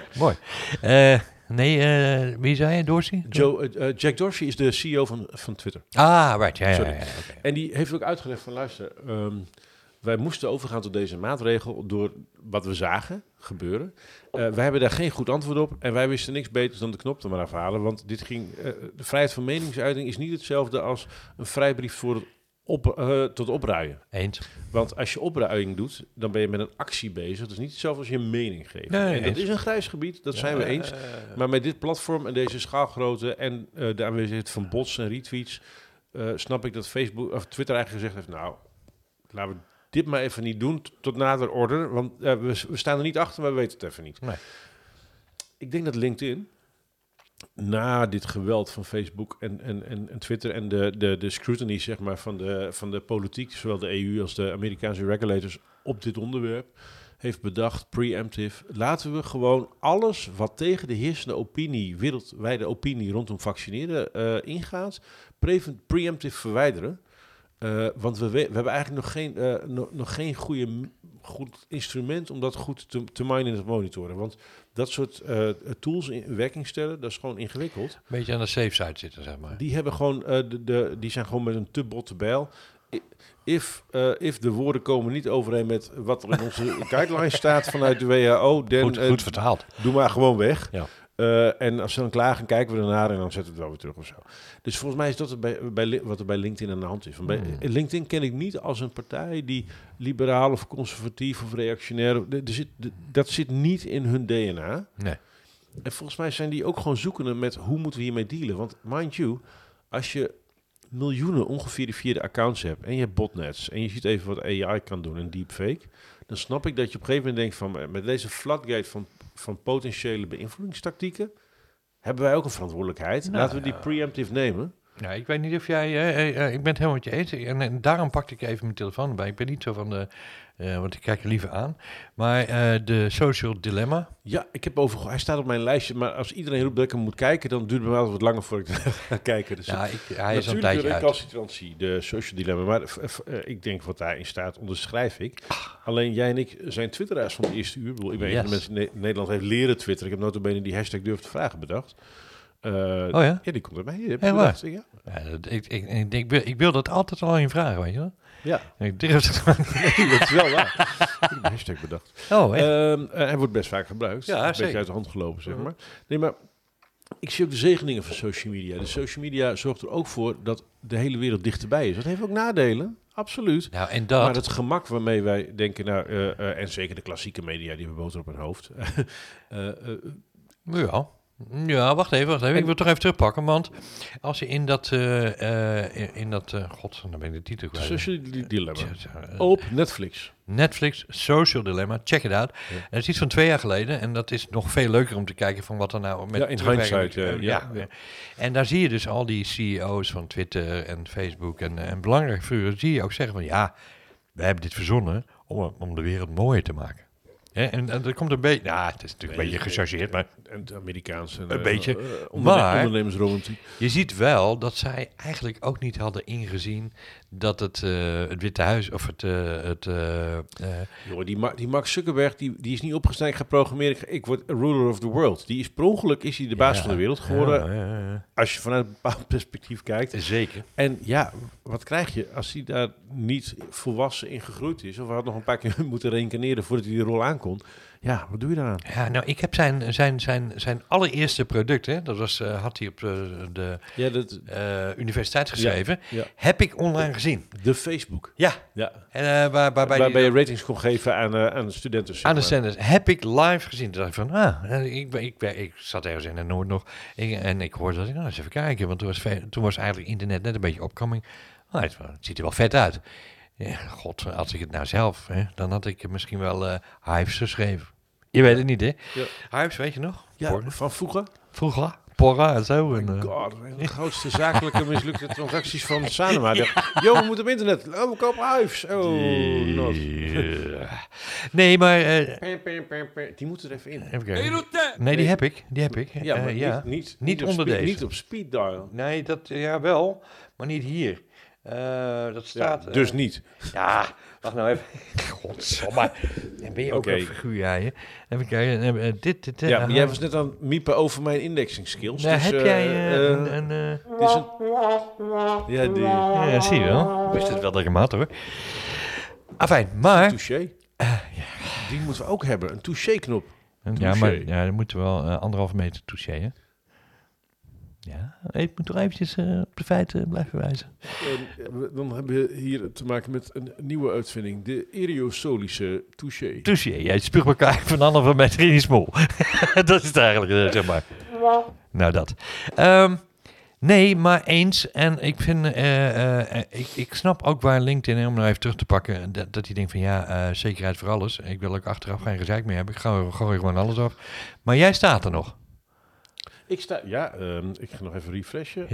Wie zei je, Dorsey? Jack Dorsey is de CEO van Twitter. Ah, right. Ja. Okay. En die heeft ook uitgelegd van, luister, wij moesten overgaan tot deze maatregel door wat we zagen gebeuren. Wij hebben daar geen goed antwoord op en wij wisten niks beters dan de knop te maar afhalen. Want dit ging, de vrijheid van meningsuiting is niet hetzelfde als een vrijbrief voor het tot opruien. Eens. Want als je opruiing doet, dan ben je met een actie bezig. Dat is niet hetzelfde als je een mening geeft. Nee, en dat is een grijs gebied, dat zijn we eens. Maar met dit platform en deze schaalgrootte en de aanwezigheid van bots en retweets, snap ik dat Facebook of Twitter eigenlijk gezegd heeft, nou, laten we dit maar even niet doen tot nader order. Want we staan er niet achter, maar we weten het even niet. Nee. Ik denk dat LinkedIn na dit geweld van Facebook en Twitter en de scrutiny zeg maar, van de politiek, zowel de EU als de Amerikaanse regulators op dit onderwerp, heeft bedacht, preemptive, laten we gewoon alles wat tegen de heersende opinie, wereldwijde opinie rondom vaccineren ingaat, preemptive verwijderen. Want we hebben eigenlijk nog geen goed instrument om dat goed te minen en te monitoren. Want dat soort tools in werking stellen, dat is gewoon ingewikkeld. Een beetje aan de safe side zitten, zeg maar. Die hebben gewoon, die zijn gewoon met een te botte bijl. If de woorden komen niet overeen met wat er in onze guidelines staat vanuit de WHO, dan goed vertaald. Doe maar gewoon weg. Ja. En als ze dan klaar gaan, kijken we ernaar en dan zetten we het wel weer terug of zo. Dus volgens mij is dat wat er bij LinkedIn aan de hand is. Van LinkedIn ken ik niet als een partij die liberaal of conservatief of reactionair... Dat zit niet in hun DNA. Nee. En volgens mij zijn die ook gewoon zoekende met hoe moeten we hiermee dealen. Want mind you, als je miljoenen ongeverifieerde accounts hebt en je hebt botnets en je ziet even wat AI kan doen en deepfake, dan snap ik dat je op een gegeven moment denkt van met deze floodgate van potentiële beïnvloedingstactieken hebben wij ook een verantwoordelijkheid. Laten we die preemptive nemen. Ja, ik weet niet of jij... ik ben het helemaal met je eens. En daarom pakte ik even mijn telefoon erbij. Ik ben niet zo van de... want ik kijk er liever aan. Maar de Social Dilemma... Ja, ik heb hij staat op mijn lijstje. Maar als iedereen roept dat ik hem moet kijken, dan duurt het me wel wat langer voordat ik ga kijken. Dus ja, hij is een tijdje uit. Recalcitrantie, de Social Dilemma. Maar ik denk wat daarin staat, onderschrijf ik. Alleen jij en ik zijn twitteraars van het eerste uur. Ik bedoel, ik ben een van de mensen in Nederland heeft leren twitteren. Ik heb nota bene die hashtag durf te vragen bedacht. Ja, die komt erbij. Ik wil dat altijd al in vragen, weet je wel? Ja. Ik durf het gewoon niet. Nee, dat is wel waar. Ik heb een hashtag bedacht. Oh, echt? Hij wordt best vaak gebruikt. Ja, een zeker. beetje uit de hand gelopen, zeg maar. Nee, maar ik zie ook de zegeningen van social media. De social media zorgt er ook voor dat de hele wereld dichterbij is. Dat heeft ook nadelen, absoluut. Nou, en dat... Maar het gemak waarmee wij denken, en zeker de klassieke media, die hebben boter op hun hoofd. Ja, wacht even. Ik wil toch even terugpakken, want als je in dat... God, dan ben ik de titel kwijt. Social Dilemma. Op Netflix. Netflix, Social Dilemma, check it out. Ja. Dat is iets van 2 jaar geleden en dat is nog veel leuker om te kijken van wat er nou met... Ja, in hindsight. Ja. En daar zie je dus al die CEO's van Twitter en Facebook en belangrijk figuren, zie je ook zeggen van ja, we hebben dit verzonnen om de wereld mooier te maken. Ja, en er komt een beetje... Ja, het is natuurlijk een beetje gechargeerd, maar... En het Amerikaanse... Een beetje. Maar... Ondernemersromantiek. Je ziet wel dat zij eigenlijk ook niet hadden ingezien dat het Witte Huis of Jongen, die Mark Zuckerberg, die is niet opgestaan. Ik ga programmeren. Ik word a ruler of the world. Die is per ongeluk is hij de baas van de wereld geworden. Ja. Als je vanuit een bepaald perspectief kijkt. Zeker. En ja, wat krijg je als hij daar niet volwassen in gegroeid is? Of hij had nog een paar keer moeten reïncarneren voordat hij die rol aankomt. Ja, wat doe je daaraan? Ja, nou, ik heb zijn allereerste product, hè, dat was, had hij op de universiteit geschreven, heb ik online gezien. De Facebook. Ja. En, waarbij je ratings kon geven aan studenten. Aan de studenten. Heb ik live gezien. Toen dacht ik van, ik zat ergens in de Noord nog en ik hoorde dat ik, eens even kijken, want toen was eigenlijk internet net een beetje opkoming. Het ziet er wel vet uit. Ja, god, als ik het nou zelf, dan had ik misschien wel Hives geschreven. Je weet het niet, hè? Ja. Hives, weet je nog? Ja, Porno. van vroeger. Porra en zo. Oh my god, de grootste zakelijke mislukte transacties van Sanoma. We moeten op internet. Oh, we kopen Hives. Oh, not. Nee, maar... die moeten er even in. Even kijken. Nee, die heb ik. Ja, maar niet onder deze. Niet op speed dial. Nee, dat wel, maar niet hier. Dat staat... Ja, dus niet. Ja, wacht nou even. Godsamme. Dan ben je ook een figuur, jij. Even kijken. Dit. Ja, maar jij was net aan het miepen over mijn indexing skills. Nou, dus, heb jij dit is een... Ja, die... Ja, zie je wel. Wist het wel dat ik hem had, hoor. Afijn, maar... Touché. Die moeten we ook hebben. Een touché-knop. Ja, maar dan moeten we wel 1,5 meter touché, hè? Ja, ik moet toch eventjes op de feiten blijven wijzen. Dan hebben we hier te maken met een nieuwe uitvinding. De aerosolische touché. Touché, jij spuugt elkaar van 1,5 meter in je smol. Dat is het eigenlijk, zeg maar. Nou, dat. Nee, maar eens. En ik vind, ik snap ook waar LinkedIn, om nou even terug te pakken, dat hij denkt van ja, zekerheid voor alles. Ik wil ook achteraf geen gezeik meer hebben. Ik gooi gewoon alles af. Maar jij staat er nog. Ik sta... Ja, ik ga nog even refreshen.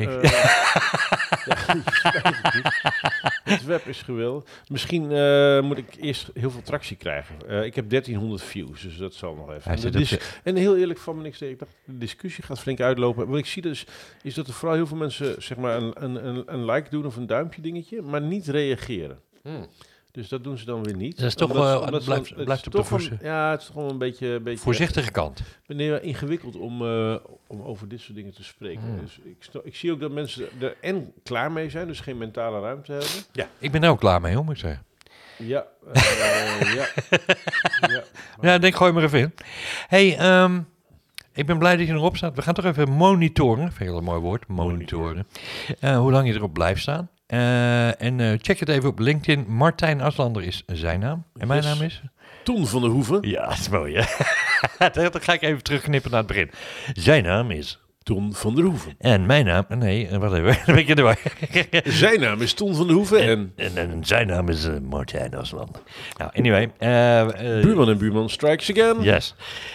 Het web is geweldig. Misschien moet ik eerst heel veel tractie krijgen. Ik heb 1300 views, dus dat zal nog even. En heel eerlijk van me niks. Ik dacht, de discussie gaat flink uitlopen. Wat ik zie dus, is dat er vooral heel veel mensen zeg maar een like doen of een duimpje dingetje, maar niet reageren. Dus dat doen ze dan weer niet. Dat is toch blijft op de ja, het is toch wel een beetje voorzichtige kant. Ik ben ingewikkeld om over dit soort dingen te spreken. Dus ik zie ook dat mensen er klaar mee zijn, dus geen mentale ruimte hebben. Ja, ik ben er ook klaar mee, moet ik zeggen. Ja. Ja, denk, gooi maar even in. Hey, Ik ben blij dat je erop staat. We gaan toch even monitoren. Vind ik wel een mooi woord. Monitoren. Hoe lang je erop blijft staan. Check het even op LinkedIn. Martijn Aslander is zijn naam. En mijn naam is? Ton van der Hoeven. Ja, dat is mooi, hè? Dan ga ik even terugknippen naar het begin. Zijn naam is? Ton van der Hoeven. En mijn naam? Nee, wat even. Dan ben ik erbij. Zijn naam is Ton van der Hoeven. En zijn naam is Martijn Aslander. Nou, anyway. Buurman en buurman strikes again. Yes.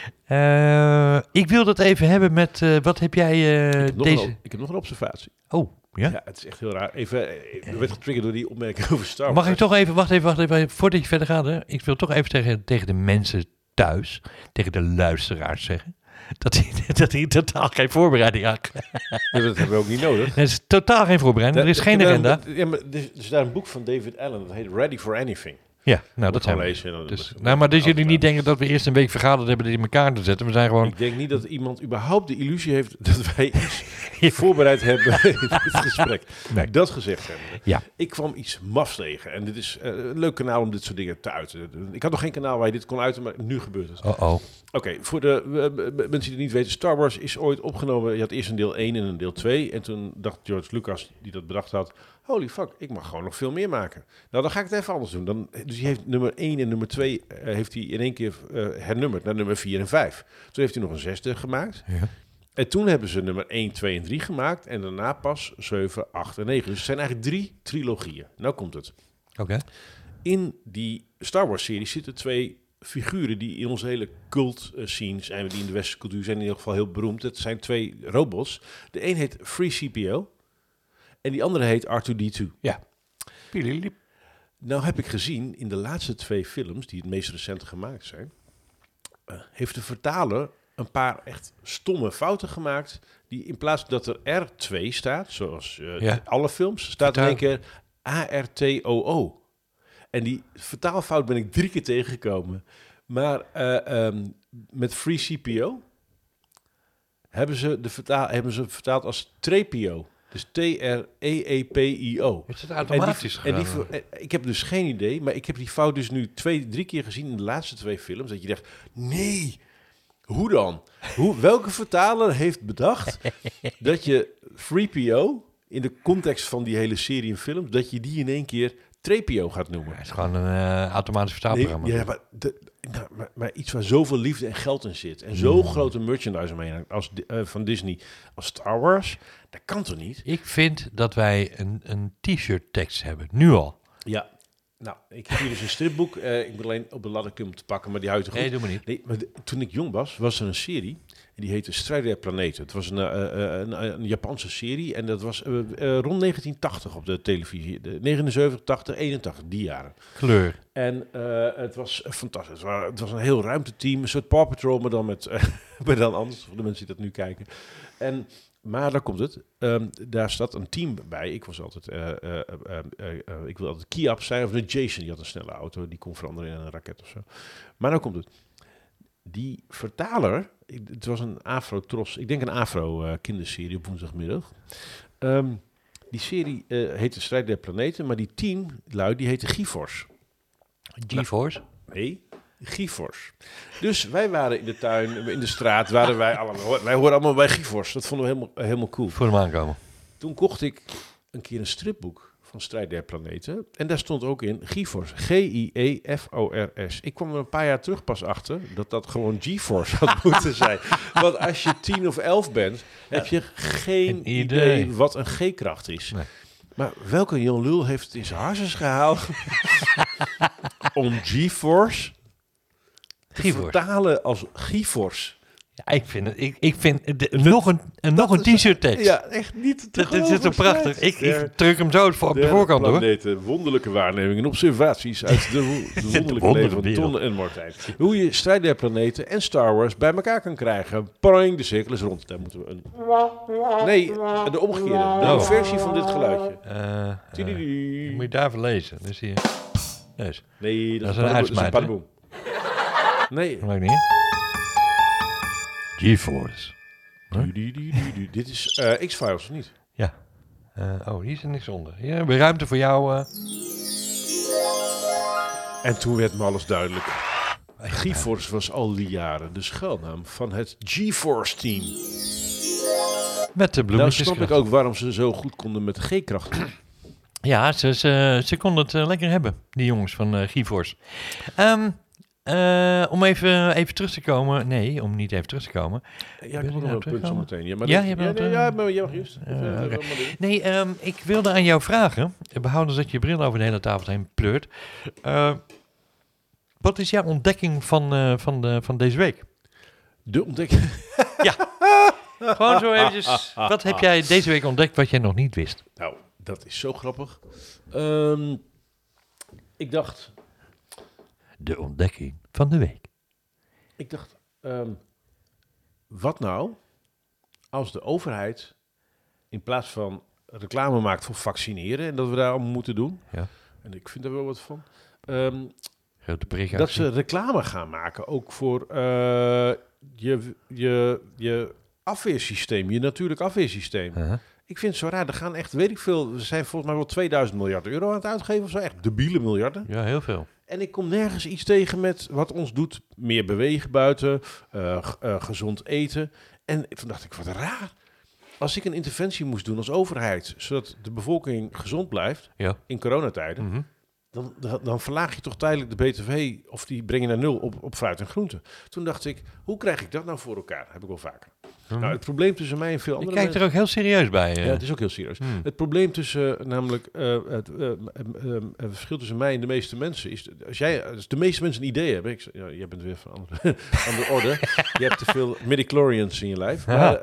Ik wil dat even hebben met, wat heb jij Ik heb nog een observatie. Oh, ja? Ja, het is echt heel raar. Er werd getriggerd door die opmerking over Star Wars. Mag ik toch even, wacht even, voordat je verder gaat. Hè? Ik wil toch even tegen de mensen thuis, tegen de luisteraars zeggen, dat hij totaal geen voorbereiding had. Ja, dat hebben we ook niet nodig. Er is totaal geen voorbereiding, er is geen agenda. Ja, maar er is daar een boek van David Allen, dat heet Ready for Anything. Ja, nou dat zijn we. Lezen. Dus jullie niet denken dat we eerst een week vergaderd hebben dit in elkaar te zetten. We zijn gewoon... Ik denk niet dat iemand überhaupt de illusie heeft dat wij iets voorbereid hebben in dit gesprek. Nee. Dat gezegd hebben. Ja. Ik kwam iets mafs tegen. En dit is een leuk kanaal om dit soort dingen te uiten. Ik had nog geen kanaal waar je dit kon uiten, maar nu gebeurt het. Oké, voor de mensen die het niet weten, Star Wars is ooit opgenomen. Je had eerst een deel 1 en een deel 2. En toen dacht George Lucas, die dat bedacht had, holy fuck, ik mag gewoon nog veel meer maken. Nou, dan ga ik het even anders doen. Dus hij heeft nummer 1 en nummer 2 heeft hij in één keer hernummerd naar nummer 4 en 5. Toen heeft hij nog een zesde gemaakt. Ja. En toen hebben ze nummer 1, 2 en 3 gemaakt. En daarna pas 7, 8 en 9. Dus het zijn eigenlijk 3 trilogieën. Nou komt het. Oké. In die Star Wars serie zitten 2 figuren die in onze hele cult scene zijn, die in de westerse cultuur zijn in ieder geval heel beroemd. Het zijn 2 robots. De een heet Free CPO en die andere heet R2-D2. Ja. Nou heb ik gezien in de laatste 2 films, die het meest recent gemaakt zijn, heeft de vertaler een paar echt stomme fouten gemaakt, die in plaats dat er R2 staat, zoals alle films, staat in één keer ARTOO. En die vertaalfout ben ik 3 keer tegengekomen. Maar met Free CPO hebben ze vertaald als Trepio. Dus TREEPIO. Is het automatisch gedaan? Ik heb dus geen idee, maar ik heb die fout dus nu 3 keer gezien in de laatste 2 films. Dat je dacht, nee, hoe dan? Welke vertaler heeft bedacht dat je Free PO in de context van die hele serie en films, dat je die in één keer Trepio gaat noemen? Het is gewoon een automatisch vertaalprogramma. Nee, ja, maar iets waar zoveel liefde en geld in zit. En zo'n grote merchandise omheen als van Disney als Star Wars, dat kan toch niet? Ik vind dat wij een t-shirt tekst hebben, nu al. Ja, nou, ik heb hier dus een stripboek. Ik ben alleen op de ladder om te pakken, maar die houdt er goed. Nee, doe maar niet. Nee, maar toen ik jong was er een serie. En die heette Strijder der Planeten. Het was een Japanse serie. En dat was rond 1980 op de televisie. 79, 80, 81, die jaren. Kleur. En het was fantastisch. Het was een heel ruimteteam. Een soort Paw Patrol, maar dan maar dan anders. Voor de mensen die dat nu kijken. Maar daar komt het. Daar staat een team bij. Ik was altijd... ik wil altijd Kiap zijn. Of de Jason, die had een snelle auto. Die kon veranderen in een raket of zo. Maar nou komt het. Die vertaler... Het was een Afro-tros. Ik denk een Afro-kinderserie op woensdagmiddag. Die serie heet De Strijd der Planeten. Maar die teamlui, die heette GeForce. GeForce? Nee, GeForce. Dus wij waren in de tuin, in de straat, wij allemaal. Wij horen allemaal bij GeForce. Dat vonden we helemaal cool. Voor hem aankomen. Toen kocht ik een keer een stripboek van Strijd der Planeten. En daar stond ook in GeForce. GIEFORS. Ik kwam er een paar jaar terug pas achter dat gewoon GeForce had moeten zijn. Want als je 10 of 11 bent, heb je geen idee wat een G-kracht is. Nee. Maar welke Jan Lul heeft het in zijn harses gehaald om GeForce te vertalen als GeForce? Ja, ik vind nog een t-shirt tekst. Ja, echt niet te geloven. Dit is toch prachtig. Ik druk hem zo op de voorkant hoor. Wonderlijke waarnemingen en observaties uit de wonderlijke leven van Ton en Martijn. Hoe je Strijd der Planeten en Star Wars bij elkaar kan krijgen. Poing, de cirkel is rond. Daar moeten we een... Nee, de omgekeerde. De versie van dit geluidje. Moet je daarvoor lezen. Dus hier. Nee, dat is een padboom. Nee. Dat maakt niet. GeForce. Dit is X-Files, of niet? Ja. Hier is er niks onder. Hier hebben we ruimte voor jou. En toen werd me alles duidelijk. GeForce was al die jaren de schuilnaam van het GeForce-team. Met de Nou bloemetjes. snap ik ook waarom ze zo goed konden met de G-kracht. Ja, ze konden het lekker hebben, die jongens van GeForce. Om even terug te komen. Nee, om niet even terug te komen. Ja, ik moet nog een punt zo meteen. Ja, maar Ja, dat- je bent- maar jij mag eerst. oké. Nee, ik wilde aan jou vragen, behouden dat je bril over de hele tafel heen pleurt. Wat is jouw ontdekking van deze week? De ontdekking. Gewoon zo eventjes. Wat heb jij deze week ontdekt wat jij nog niet wist? Nou, dat is zo grappig. Ik dacht, De ontdekking van de week. wat nou als de overheid in plaats van reclame maakt voor vaccineren en dat we daar allemaal moeten doen. Ja. En ik vind daar wel wat van. Grote bericht. Dat ze reclame gaan maken, ook voor je afweersysteem, je natuurlijk afweersysteem. Ik vind het zo raar, er gaan echt, weet ik veel, we zijn volgens mij wel 2000 miljard euro aan het uitgeven of zo, echt debiele miljarden. Ja, heel veel. En ik kom nergens iets tegen met wat ons doet, meer bewegen buiten, gezond eten. En toen dacht ik, wat raar. Als ik een interventie moest doen als overheid, zodat de bevolking gezond blijft Ja. in coronatijden, dan verlaag je toch tijdelijk de BTW of die breng je naar nul op fruit en groenten. Toen dacht ik, hoe krijg ik dat nou voor elkaar? Heb ik wel vaker. Nou, het probleem tussen mij en veel Je andere kijkt er mensen... ook heel serieus bij. Ja, het is ook heel serieus. Het probleem tussen, namelijk, het verschil tussen mij en de meeste mensen is, als de meeste mensen een idee hebben, jij bent weer van andere orde, je hebt te veel midichlorians in je lijf, maar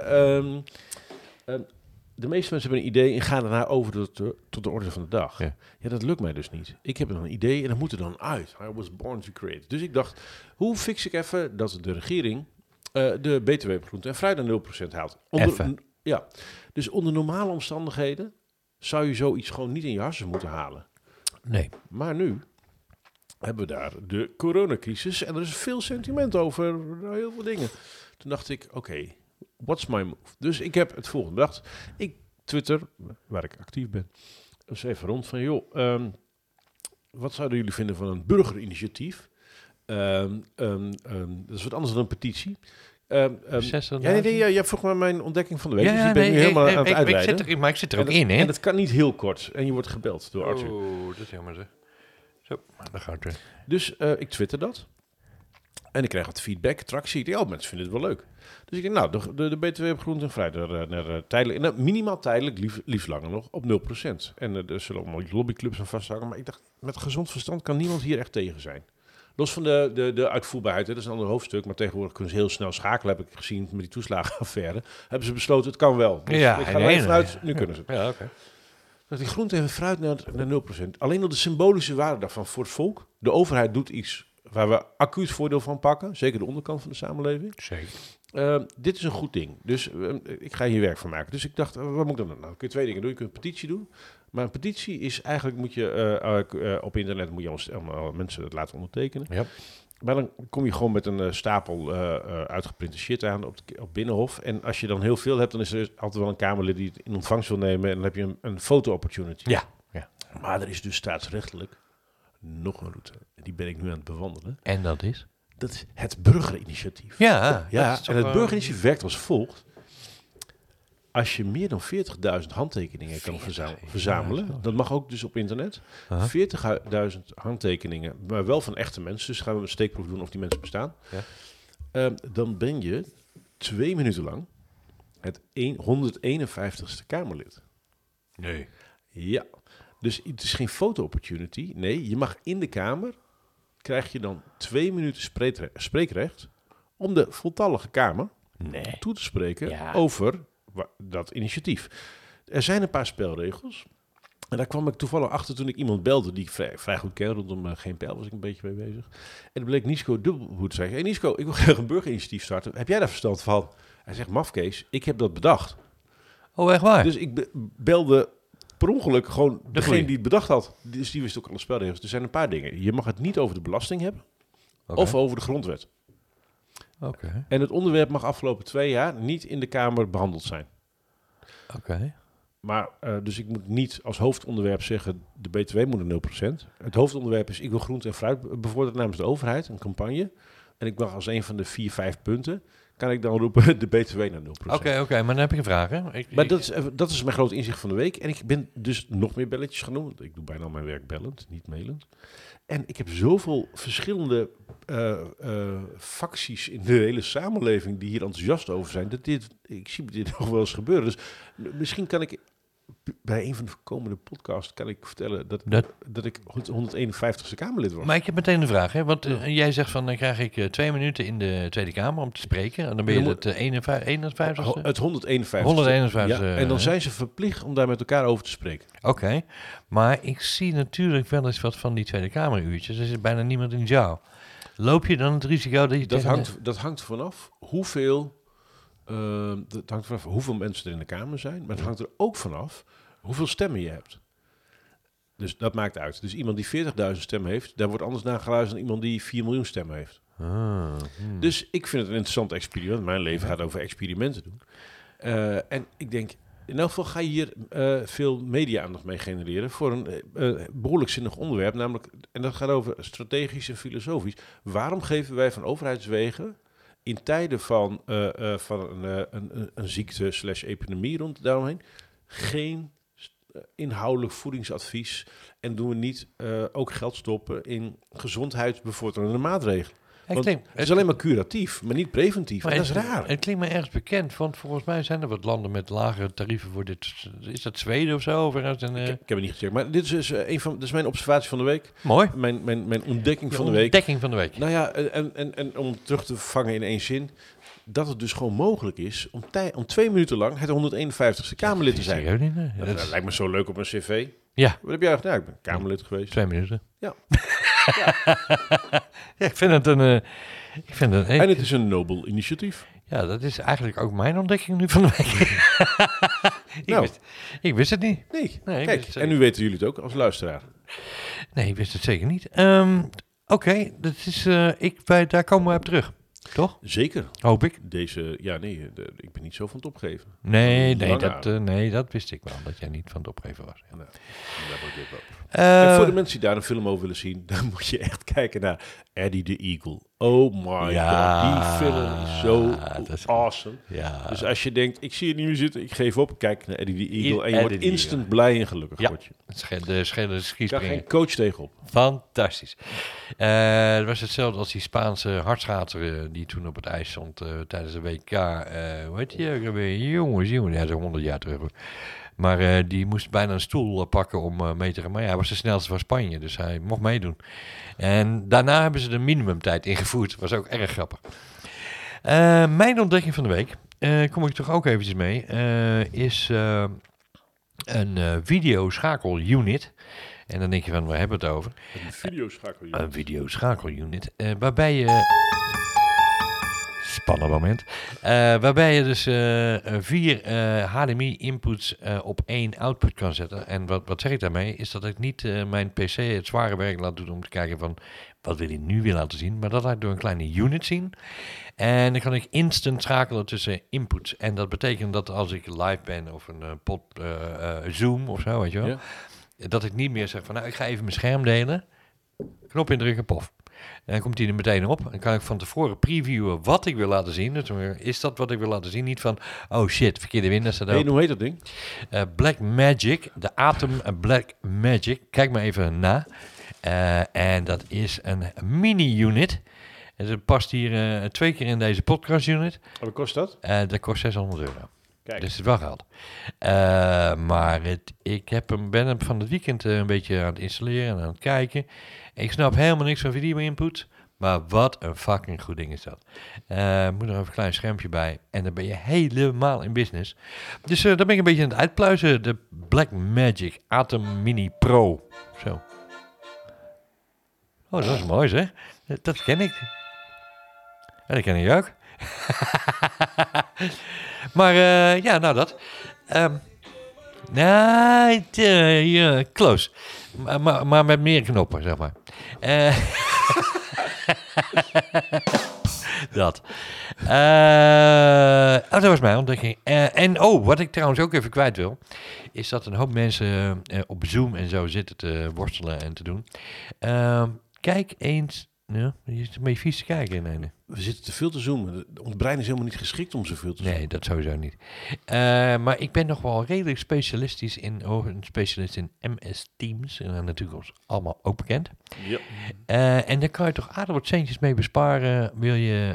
de meeste mensen hebben een idee en gaan daarna over tot de orde van de dag. Ja, dat lukt mij dus niet. Ik heb dan een idee en dat moet er dan uit. I was born to create. Dus ik dacht, hoe fix ik even dat de regering de BTW op groente en fruit naar 0% haalt? Ja, dus onder normale omstandigheden zou je zoiets gewoon niet in je harsen moeten halen. Nee. Maar nu hebben we daar de coronacrisis en er is veel sentiment over, heel veel dingen. Toen dacht ik, oké, what's my move? Dus ik heb het volgende bedacht. Ik Twitter, waar ik actief ben, dus even rond van, joh, wat zouden jullie vinden van een burgerinitiatief? Dat is wat anders dan een petitie. Jij vroeg maar mijn ontdekking van de week. Dus die ben ik nu helemaal aan het uitleiden. Maar ik zit er ook in, hè? En dat kan niet heel kort. En je wordt gebeld door Arthur. Oh, dat is jammer zeg. Zo, daar gaat het. Dus ik twitter dat. En ik krijg wat feedback, tractie. Ik denk, mensen vinden het wel leuk. Dus ik denk, nou, de BTW op groente en fruit naar tijdelijk, minimaal tijdelijk, liefst langer nog, op 0%. En er zullen allemaal lobbyclubs aan vasthangen. Maar ik dacht, met gezond verstand kan niemand hier echt tegen zijn. Los van de uitvoerbaarheid, dat is een ander hoofdstuk. Maar tegenwoordig kunnen ze heel snel schakelen, heb ik gezien met die toeslagenaffaire. Hebben ze besloten, het kan wel. Dus ja, ik ga er even vanuit, nu kunnen ze het. Ja, oké. Dat die groente en fruit naar 0%. Alleen al de symbolische waarde daarvan voor het volk. De overheid doet iets waar we acuut voordeel van pakken. Zeker de onderkant van de samenleving. Zeker. Dit is een goed ding. Dus ik ga hier werk van maken. Dus ik dacht, wat moet ik dan doen? Nou, kun je twee dingen doen. Je kunt een petitie doen. Maar een petitie is eigenlijk, moet je op internet moet je allemaal mensen het laten ondertekenen. Ja. Maar dan kom je gewoon met een stapel uitgeprinte shit aan op Binnenhof. En als je dan heel veel hebt, dan is er altijd wel een Kamerlid die het in ontvangst wil nemen. En dan heb je een foto-opportunity. Ja. Maar er is dus staatsrechtelijk nog een route. Die ben ik nu aan het bewandelen. En dat is? Dat is het burgerinitiatief. Ja. En het burgerinitiatief werkt als volgt. Als je meer dan 40.000 handtekeningen kan verzamelen, dat mag ook dus op internet, 40.000 handtekeningen, maar wel van echte mensen, dus gaan we een steekproef doen of die mensen bestaan, dan ben je 2 minuten lang het 151ste Kamerlid. Nee. Ja, dus het is geen foto-opportunity. Nee, je mag in de Kamer, krijg je dan 2 minuten spreekrecht om de voltallige Kamer toe te spreken over dat initiatief. Er zijn een paar spelregels. En daar kwam ik toevallig achter toen ik iemand belde die ik vrij goed ken. Rondom Geen Pijl was ik een beetje mee bezig. En dan bleek Nisco Dubbelhoed te zeggen. Hey Nisco, ik wil graag een burgerinitiatief starten. Heb jij daar verstand van? Hij zegt, mafkees, ik heb dat bedacht. Oh, echt waar? Dus ik belde per ongeluk gewoon degene die het bedacht had. Dus die wist ook alle spelregels. Er zijn een paar dingen. Je mag het niet over de belasting hebben. Of over de grondwet. En het onderwerp mag afgelopen 2 jaar niet in de Kamer behandeld zijn. Maar dus ik moet niet als hoofdonderwerp zeggen, de BTW moet naar 0%. Het hoofdonderwerp is, ik wil groente en fruit bevorderen namens de overheid, een campagne. En ik mag als een van de 4-5 punten, kan ik dan roepen, de BTW naar 0%. Oké, maar dan heb ik een vraag. Hè? Maar dat is mijn grote inzicht van de week. En ik ben dus nog meer belletjes gaan doen. Want ik doe bijna al mijn werk bellend, niet mailend. En ik heb zoveel verschillende facties in de hele samenleving die hier enthousiast over zijn. Ik zie dit nog wel eens gebeuren. Dus misschien kan ik bij een van de komende podcasts kan ik vertellen dat ik het 151ste Kamerlid was. Maar ik heb meteen een vraag. Hè? Want jij zegt van, dan krijg ik 2 minuten in de Tweede Kamer om te spreken. En dan ben je het 51ste? Het 151ste. 151ste. Ja, en dan zijn ze verplicht om daar met elkaar over te spreken. Oké, maar ik zie natuurlijk wel eens wat van die Tweede Kameruurtjes. Er zit bijna niemand in de zaal. Loop je dan het risico dat je... Dat hangt vanaf hoeveel mensen er in de Kamer zijn. Maar het hangt er ook vanaf hoeveel stemmen je hebt. Dus dat maakt uit. Dus iemand die 40.000 stemmen heeft, daar wordt anders naar geluisterd dan iemand die 4 miljoen stemmen heeft. Dus ik vind het een interessant experiment. Mijn leven gaat over experimenten doen. En ik denk, in elk geval ga je hier veel media-aandacht mee genereren voor een behoorlijk zinnig onderwerp. Namelijk, en dat gaat over strategisch en filosofisch. Waarom geven wij van overheidswegen in tijden van een ziekte/epidemie rond daaromheen geen inhoudelijk voedingsadvies en doen we niet ook geld stoppen in gezondheidsbevorderende maatregelen? Want het is alleen maar curatief, maar niet preventief. Maar dat is raar. Het klinkt me ergens bekend, want volgens mij zijn er wat landen met lagere tarieven voor dit. Is dat Zweden of zo? Ik heb het niet gecheckt, maar dit is dit is mijn observatie van de week. Mooi. Mijn ontdekking van de week. Ontdekking van de week. Nou ja, en om terug te vangen in één zin, dat het dus gewoon mogelijk is om 2 minuten lang het 151ste Kamerlid te zijn. Dat lijkt me zo leuk op een cv. Ja. Wat heb jij gedaan? Ik ben Kamerlid geweest. 2 minuten. Ja. Ja, ik vind het een... En het is een nobel initiatief. Ja, dat is eigenlijk ook mijn ontdekking nu van de week. Ik wist het niet. Nee. Kijk, en nu weten jullie het ook als luisteraar. Nee, ik wist het zeker niet. Oké, dat is, daar komen we op terug. Toch? Zeker. Hoop ik. Ik ben niet zo van het opgeven. Nee, dat wist ik wel, dat jij niet van het opgeven was. Ja. En voor de mensen die daar een film over willen zien, dan moet je echt kijken naar Eddie the Eagle. Oh my god, die film is zo awesome. Ja. Dus als je denkt, ik zie het niet meer zitten, ik geef op, kijk naar Eddie the Eagle en je wordt instant blij en gelukkig. Ja, de schelle skispringen. Daar geen coach tegenop. Fantastisch. Het was hetzelfde als die Spaanse hardschaatser die toen op het ijs stond tijdens de WK. Hoe heet die? Jongens, ja, zo'n 100 jaar terug. Maar die moest bijna een stoel pakken om mee te gaan. Maar ja, hij was de snelste van Spanje, dus hij mocht meedoen. En daarna hebben ze de minimumtijd ingevoerd. Dat was ook erg grappig. Mijn ontdekking van de week, kom ik toch ook eventjes mee, is een videoschakelunit. En dan denk je van, waar hebben we het over? Een videoschakelunit. Waarbij je... Spannend moment. Waarbij je dus 4 HDMI-inputs op 1 output kan zetten. En wat zeg ik daarmee? Is dat ik niet mijn PC het zware werk laat doen om te kijken van wat wil hij nu weer laten zien. Maar dat laat ik door een kleine unit zien. En dan kan ik instant schakelen tussen inputs. En dat betekent dat als ik live ben of een Zoom of zo, weet je wel. Ja. Dat ik niet meer zeg van nou, ik ga even mijn scherm delen. Knop indrukken, pof. En dan komt hij er meteen op. Dan kan ik van tevoren previewen wat ik wil laten zien. Dus is dat wat ik wil laten zien? Niet van, oh shit, verkeerde Windows. Hoe heet dat ding? Blackmagic, de Atom Blackmagic. Kijk maar even na. En dat is een mini-unit. En het past hier 2 keer in deze podcast-unit. Wat kost dat? Dat kost €600. Kijk. Dus het is wel geld. Maar ik ben hem van het weekend een beetje aan het installeren en aan het kijken. Ik snap helemaal niks van video-input. Maar wat een fucking goed ding is dat. Moet er even een klein schermpje bij. En dan ben je helemaal in business. Dus daar ben ik een beetje aan het uitpluizen. De Blackmagic Atom Mini Pro. Zo. Oh, dat is mooi zeg. Dat ken ik. En dat ken ik ook. Maar ja, nou dat. Nee, close. Maar met meer knoppen, zeg maar. Dat. Dat was mijn ontdekking. En wat ik trouwens ook even kwijt wil, is dat een hoop mensen op Zoom en zo zitten te worstelen en te doen. Kijk eens. Ja, je zit een beetje vies te kijken. Nee. We zitten te veel te zoomen. Ons brein is helemaal niet geschikt om zoveel te zoomen. Nee, dat sowieso niet. Maar ik ben nog wel redelijk specialist in MS Teams. En dan natuurlijk ons allemaal ook bekend. Ja. En daar kan je toch aardig wat centjes mee besparen. Wil je...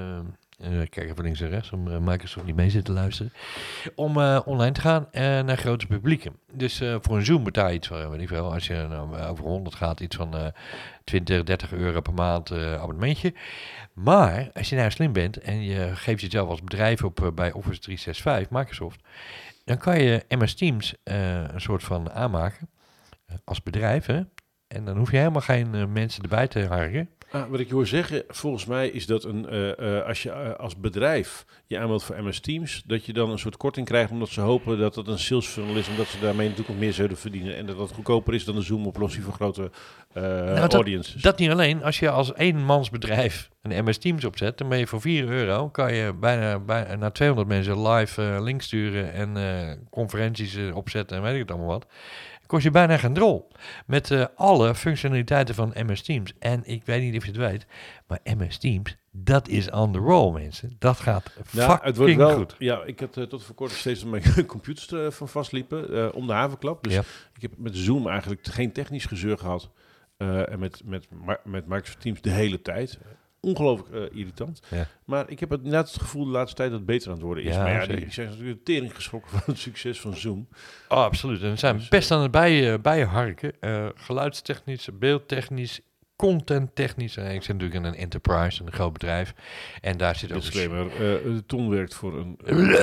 kijk even links en rechts, om Microsoft niet mee zit te luisteren. Om online te gaan naar grote publieken. Dus voor een Zoom betaal je iets van, weet ik veel, als je over 100 gaat, iets van 20, 30 euro per maand abonnementje. Maar als je nou slim bent en je geeft jezelf als bedrijf op bij Office 365, Microsoft, dan kan je MS Teams een soort van aanmaken als bedrijf. Hè? En dan hoef je helemaal geen mensen erbij te harken. Wat ik je hoor zeggen, volgens mij is dat als je als bedrijf je aanmeldt voor MS Teams, dat je dan een soort korting krijgt, omdat ze hopen dat het een sales funnel is, omdat ze daarmee natuurlijk nog meer zullen verdienen en dat dat goedkoper is dan de Zoom-oplossing voor grote audiences. Dat niet alleen. Als je als eenmansbedrijf een MS Teams opzet, dan ben je voor €4 kan je bijna naar 200 mensen live links sturen en conferenties opzetten en weet ik het allemaal wat. Kost je bijna geen drol. Met alle functionaliteiten van MS Teams. En ik weet niet of je het weet, maar MS Teams, dat is on the roll, mensen. Dat gaat fucking goed. Ja, ik had tot voor kort steeds dat mijn computers van vastliepen om de havenklap. Dus ik heb met Zoom eigenlijk geen technisch gezeur gehad. En met Microsoft Teams de hele tijd. Ongelooflijk irritant. Ja. Maar ik heb het gevoel de laatste tijd dat het beter aan het worden is. Ja, maar die zijn natuurlijk tering geschrokken van het succes van Zoom. Oh, absoluut. En ze zijn best aan het bijenharken. Geluidstechnisch, beeldtechnisch, contenttechnisch. Ik zit natuurlijk in een enterprise, een groot bedrijf. En daar zit ook... Disclaimer, de Ton werkt voor een...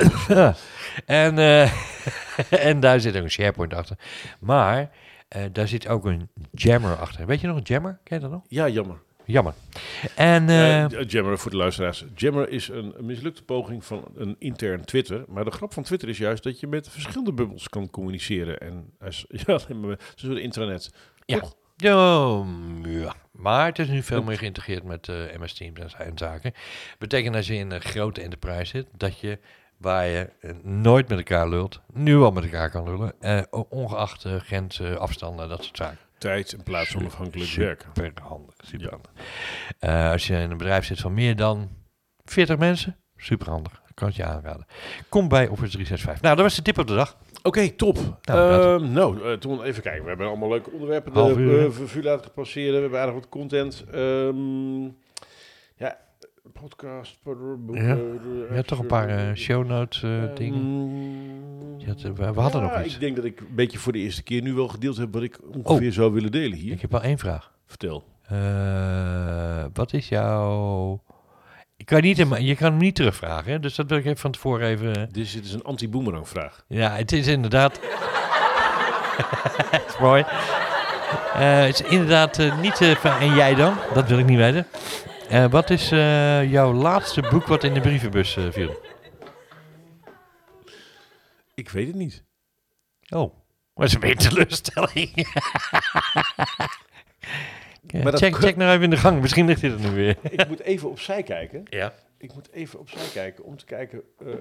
En daar zit ook een SharePoint achter. Maar daar zit ook een Jammer achter. Weet je nog een Jammer? Ken je dat nog? Ja, jammer. En, Jammer voor de luisteraars. Jammer is een mislukte poging van een intern Twitter. Maar de grap van Twitter is juist dat je met verschillende bubbels kan communiceren. En een soort intranet. Ja. Ja, maar het is nu veel meer geïntegreerd met MS Teams en zaken. Betekent als je in een grote enterprise zit, dat je waar je nooit met elkaar lult, nu al met elkaar kan lullen. Ongeacht grenzen, afstanden, dat soort zaken. Tijd en plaats onafhankelijk werken. Super handig. Als je in een bedrijf zit van meer dan 40 mensen, super handig. Kan het je aanraden. Kom bij Office 365. Nou, dat was de tip op de dag. Oké, top. Toen even kijken. We hebben allemaal leuke onderwerpen vuur laten passeren. We hebben aardig wat content. Podcast, boeken. Je had toch een paar show notes dingen. We hadden nog iets. Ik denk dat ik een beetje voor de eerste keer nu wel gedeeld heb wat ik ongeveer zou willen delen hier. Ik heb wel één vraag. Vertel. Wat is jouw... Je kan hem niet terugvragen, hè? Dus dat wil ik even van tevoren even... Dit is een anti-boomerang vraag. Ja, het is inderdaad... Het is mooi. Het is inderdaad niet... en jij dan? Dat wil ik niet weten. Wat is jouw laatste boek wat in de brievenbus viel? Ik weet het niet. Oh, dat is een beetje teleurstelling. Check nou even in de gang. Misschien ligt hij er nu weer. Ik moet even opzij kijken. Ja. Ik moet even opzij kijken om te kijken...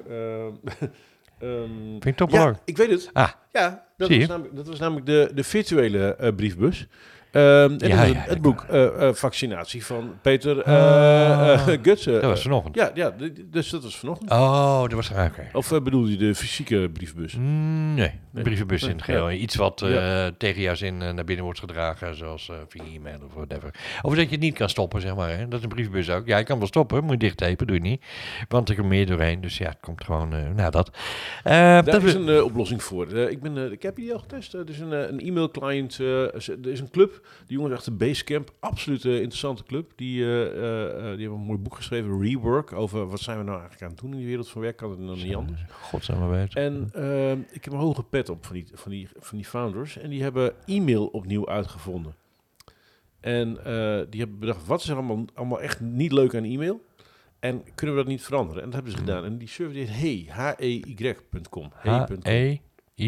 Vind ik toch belangrijk? Ik weet het. Ja, dat was namelijk de virtuele briefbus. Het boek Vaccinatie van Peter Gutsen. Dat was vanochtend. Ja, dus dat was vanochtend. Oh, dat was raar. Of bedoel je de fysieke brievenbus? Nee, de brievenbus in het geheel. Iets wat tegen jouw zin naar binnen wordt gedragen, zoals via e-mail of whatever. Of dat je het niet kan stoppen, zeg maar. Hè? Dat is een brievenbus ook. Ja, je kan wel stoppen, moet je dichttapen, doe je niet. Want er komt meer doorheen, dus ja, het komt gewoon dat. Daar is een oplossing voor. Ik heb die al getest. Er is een e-mail client, er is een club. Die jongens achter Basecamp, absoluut interessante club. Die hebben een mooi boek geschreven, Rework, over wat zijn we nou eigenlijk aan het doen in de wereld van werk. Kan het dan niet anders? God zijn we weten. En ik heb een hoge pet op van die founders. En die hebben e-mail opnieuw uitgevonden. En die hebben bedacht, wat is er allemaal echt niet leuk aan e-mail? En kunnen we dat niet veranderen? En dat hebben ze gedaan. En die server heet hey.com. Hey.com.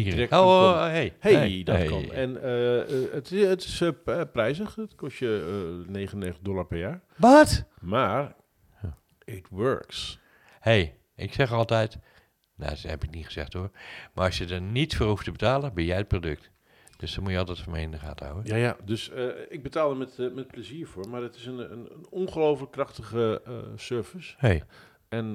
Hey.com. En het is prijzig. Het kost je $99 per jaar. Wat? Maar it works. Hey, ik zeg altijd, nou, dat heb ik niet gezegd hoor, maar als je er niets voor hoeft te betalen, ben jij het product. Dus daar moet je altijd voor mee in de gaten houden. Ja, dus ik betaal er met plezier voor, maar het is een ongelooflijk krachtige service. Hey. En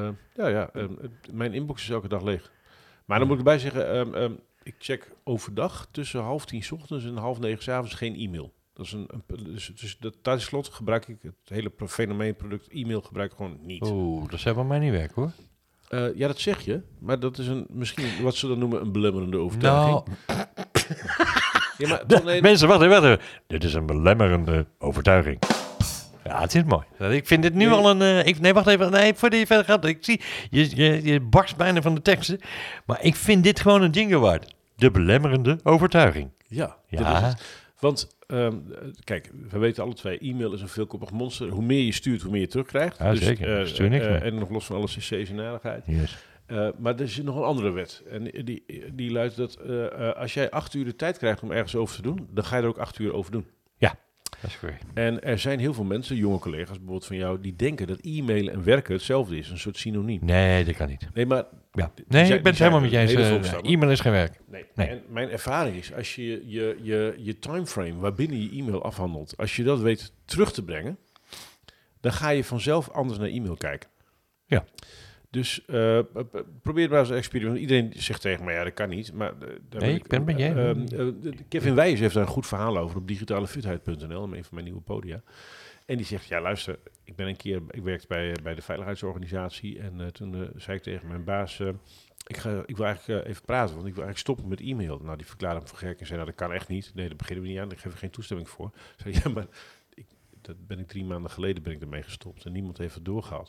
mijn inbox is elke dag leeg. Maar dan moet ik erbij zeggen, ik check overdag tussen 8:30 's ochtends en 8:30 's avonds geen e-mail. Dat is dus tijdens slot gebruik ik het hele fenomeenproduct e-mail gebruik ik gewoon niet. Oeh, dat zou bij mij niet werken hoor. Ja, dat zeg je, maar dat is misschien wat ze dan noemen een belemmerende overtuiging. Nou, Ja, maar toch, nee, mensen, wacht even. Dit is een belemmerende overtuiging. Ja, het is mooi. Ik vind dit nu al een... nee, wacht even. Nee, voordat je verder gaat. Ik zie, je barst bijna van de teksten. Maar ik vind dit gewoon een jingle waard. De belemmerende overtuiging. ja, Ja. dat is het. Want, kijk, we weten alle twee, e-mail is een veelkoppig monster. Hoe meer je stuurt, hoe meer je terugkrijgt. Ja, zeker. Stuur niks meer. En nog los van alles is seasonality. Yes. Maar er zit nog een andere wet. En die luidt dat als jij 8 uur de tijd krijgt om ergens over te doen, dan ga je er ook 8 uur over doen. Dat is correct. En er zijn heel veel mensen, jonge collega's bijvoorbeeld van jou, die denken dat e-mailen en werken hetzelfde is. Een soort synoniem. Nee, dat kan niet. Nee, maar... Ja. Nee, ik ben het helemaal met je eens. hele volkstammen. E-mail is geen werk. Nee. En mijn ervaring is, als je je timeframe waarbinnen je e-mail afhandelt, als je dat weet terug te brengen, dan ga je vanzelf anders naar e-mail kijken. Ja. Dus probeer het maar eens een experiment. Iedereen zegt tegen mij, ja, dat kan niet. Maar, Ik ben met je. Kevin Wijs heeft daar een goed verhaal over op digitalefitheid.nl, een van mijn nieuwe podia. En die zegt, ja luister, ik werkte bij de veiligheidsorganisatie en toen zei ik tegen mijn baas, ik wil eigenlijk even praten, want ik wil eigenlijk stoppen met e-mail. Nou, die verklaarde hem voor gek en zei, nou dat kan echt niet. Nee, daar beginnen we niet aan, daar geef ik geen toestemming voor. Ik zei, ja, maar dat ben ik 3 maanden geleden ermee gestopt en niemand heeft het doorgehaald.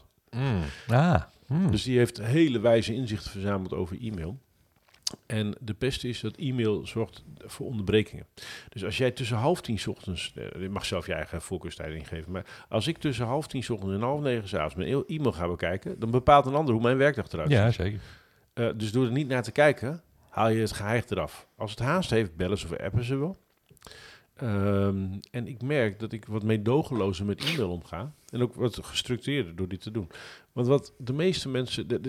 Dus die heeft hele wijze inzichten verzameld over e-mail. En de peste is dat e-mail zorgt voor onderbrekingen. Dus als jij tussen 8:30 's ochtends, je mag zelf je eigen voorkeurstijd ingeven, maar als ik tussen 8:30 's ochtends en 8:30 's avonds mijn e-mail ga bekijken, dan bepaalt een ander hoe mijn werkdag eruit ziet. Ja, zeker. Dus door er niet naar te kijken, haal je het geheig eraf. Als het haast heeft, bellen ze of appen ze wel. En ik merk dat ik wat meedogenlozer met e-mail omga. En ook wat gestructureerder door dit te doen. Want wat de meeste mensen... Er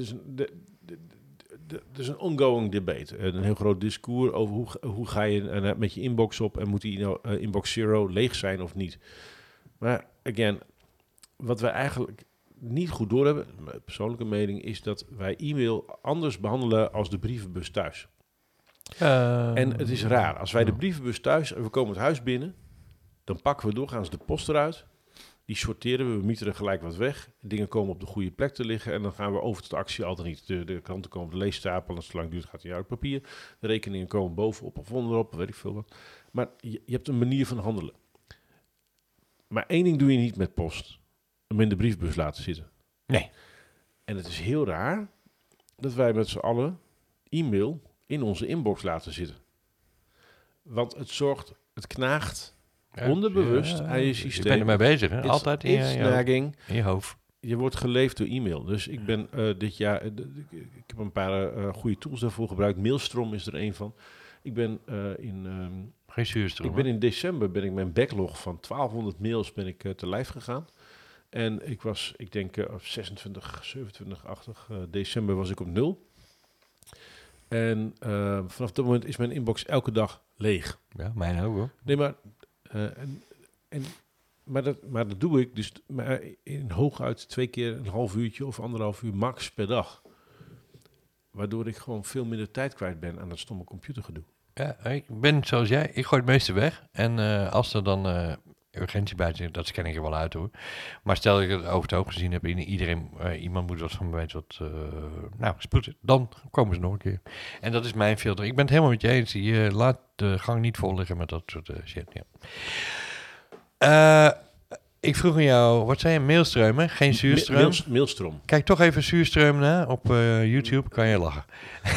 is een ongoing debate. Een heel groot discours over hoe ga je met je inbox op... en moet die inbox zero leeg zijn of niet. Maar again, wat wij eigenlijk niet goed doorhebben... mijn persoonlijke mening is dat wij e-mail anders behandelen als de brievenbus thuis. En het is raar. Als wij de brievenbus thuis en we komen het huis binnen, dan pakken we doorgaans de post eruit. Die sorteren we mieteren gelijk wat weg. Dingen komen op de goede plek te liggen en dan gaan we over tot actie altijd niet. De kranten komen op de leestapel en als het lang duurt gaat hij uit papier. De rekeningen komen bovenop of onderop, weet ik veel wat. Maar je hebt een manier van handelen. Maar 1 ding doe je niet met post. Hem in de brievenbus laten zitten. Nee. En het is heel raar dat wij met z'n allen e-mail in onze inbox laten zitten. Want het knaagt onderbewust aan je systeem. Je bent ermee bezig, hè? Altijd in je hoofd. Je wordt geleefd door e-mail. Dus ik ben dit jaar... ik heb een paar goede tools daarvoor gebruikt. Mailstrom is er een van. Ik ben geen zuurstroom. In december ben ik mijn backlog van 1200 mails te lijf gegaan. En ik was, ik denk 26, 27-achtig december was ik op 0. En vanaf dat moment is mijn inbox elke dag leeg. Ja, mijn ook hoor. Nee, maar dat doe ik dus in hooguit 2 keer een half uurtje of 1,5 uur max per dag. Waardoor ik gewoon veel minder tijd kwijt ben aan dat stomme computergedoe. Ja, ik ben zoals jij. Ik gooi het meeste weg. En als er dan urgentie bij zit, dat scan ik er wel uit hoor. Maar stel ik het over het hoofd gezien heb, iemand moet wat van me weten wat spoed. Dan komen ze nog een keer. En dat is mijn filter. Ik ben het helemaal met je eens. Je laat de gang niet vol liggen met dat soort shit. Ja. Ik vroeg aan jou, wat zei je? Mailstroom, hè? Geen zuurstroom? Mailstrom. Kijk toch even zuurstroom na op YouTube, kan je lachen.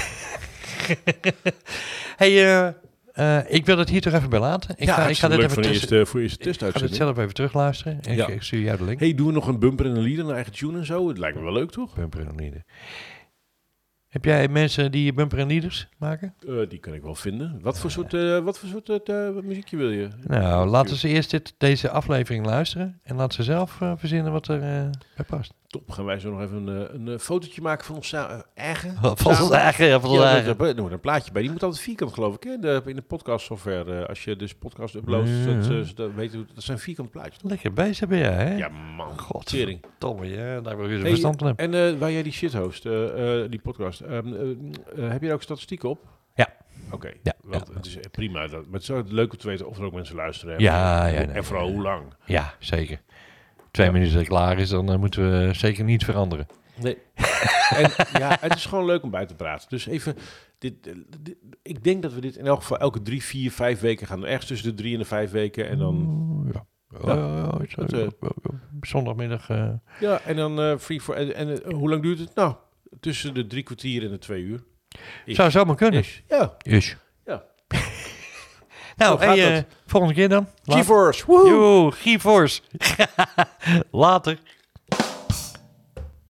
Hey, ik wil het hier toch even bij laten. Ik ga dit even voor je test ik ga het zelf even terugluisteren. En ik stuur jou de link. Hey, doen we nog een bumper en een leader, een eigen tune en zo? Het lijkt me wel leuk, toch? Bumper en leader. Heb jij mensen die bumper en leaders maken? Die kan ik wel vinden. Wat voor soort muziekje wil je? Nou, laten ze eerst deze aflevering luisteren. En laten ze zelf verzinnen wat er bij past. Top, gaan wij zo nog even een fotootje maken van ons eigen. Van ons eigen, ja, van ons eigen. Er moet een plaatje bij. Die moet altijd vierkant, geloof ik, hè? In de podcast software. Als je dus podcast uploadt, dat zijn vierkante plaatjes. Toch? Lekker bezig ben jij, hè? Ja, man. Godverdomme, ja, daar wil je verstand van hebben. En waar jij die shit host, die podcast, heb je daar ook statistieken op? Ja. Oké, Ja, het is prima. Maar het is leuk om te weten of er ook mensen luisteren. En vooral hoe lang. Ja, zeker. 2 minuten klaar is, dan moeten we zeker niet veranderen. Nee. En ja, het is gewoon leuk om bij te praten. Dus even, ik denk dat we dit in elk geval elke 3, 4, 5 weken gaan doen. Ergens tussen de 3 en de 5 weken. En dan... Zondagmiddag. Ja, en dan free for... En hoe lang duurt het? Nou, tussen de 3 kwartier en de 2 uur. Zou zomaar kunnen. Ja. Ja. Nou, volgende keer dan. GeForce. Yo, GeForce. Later.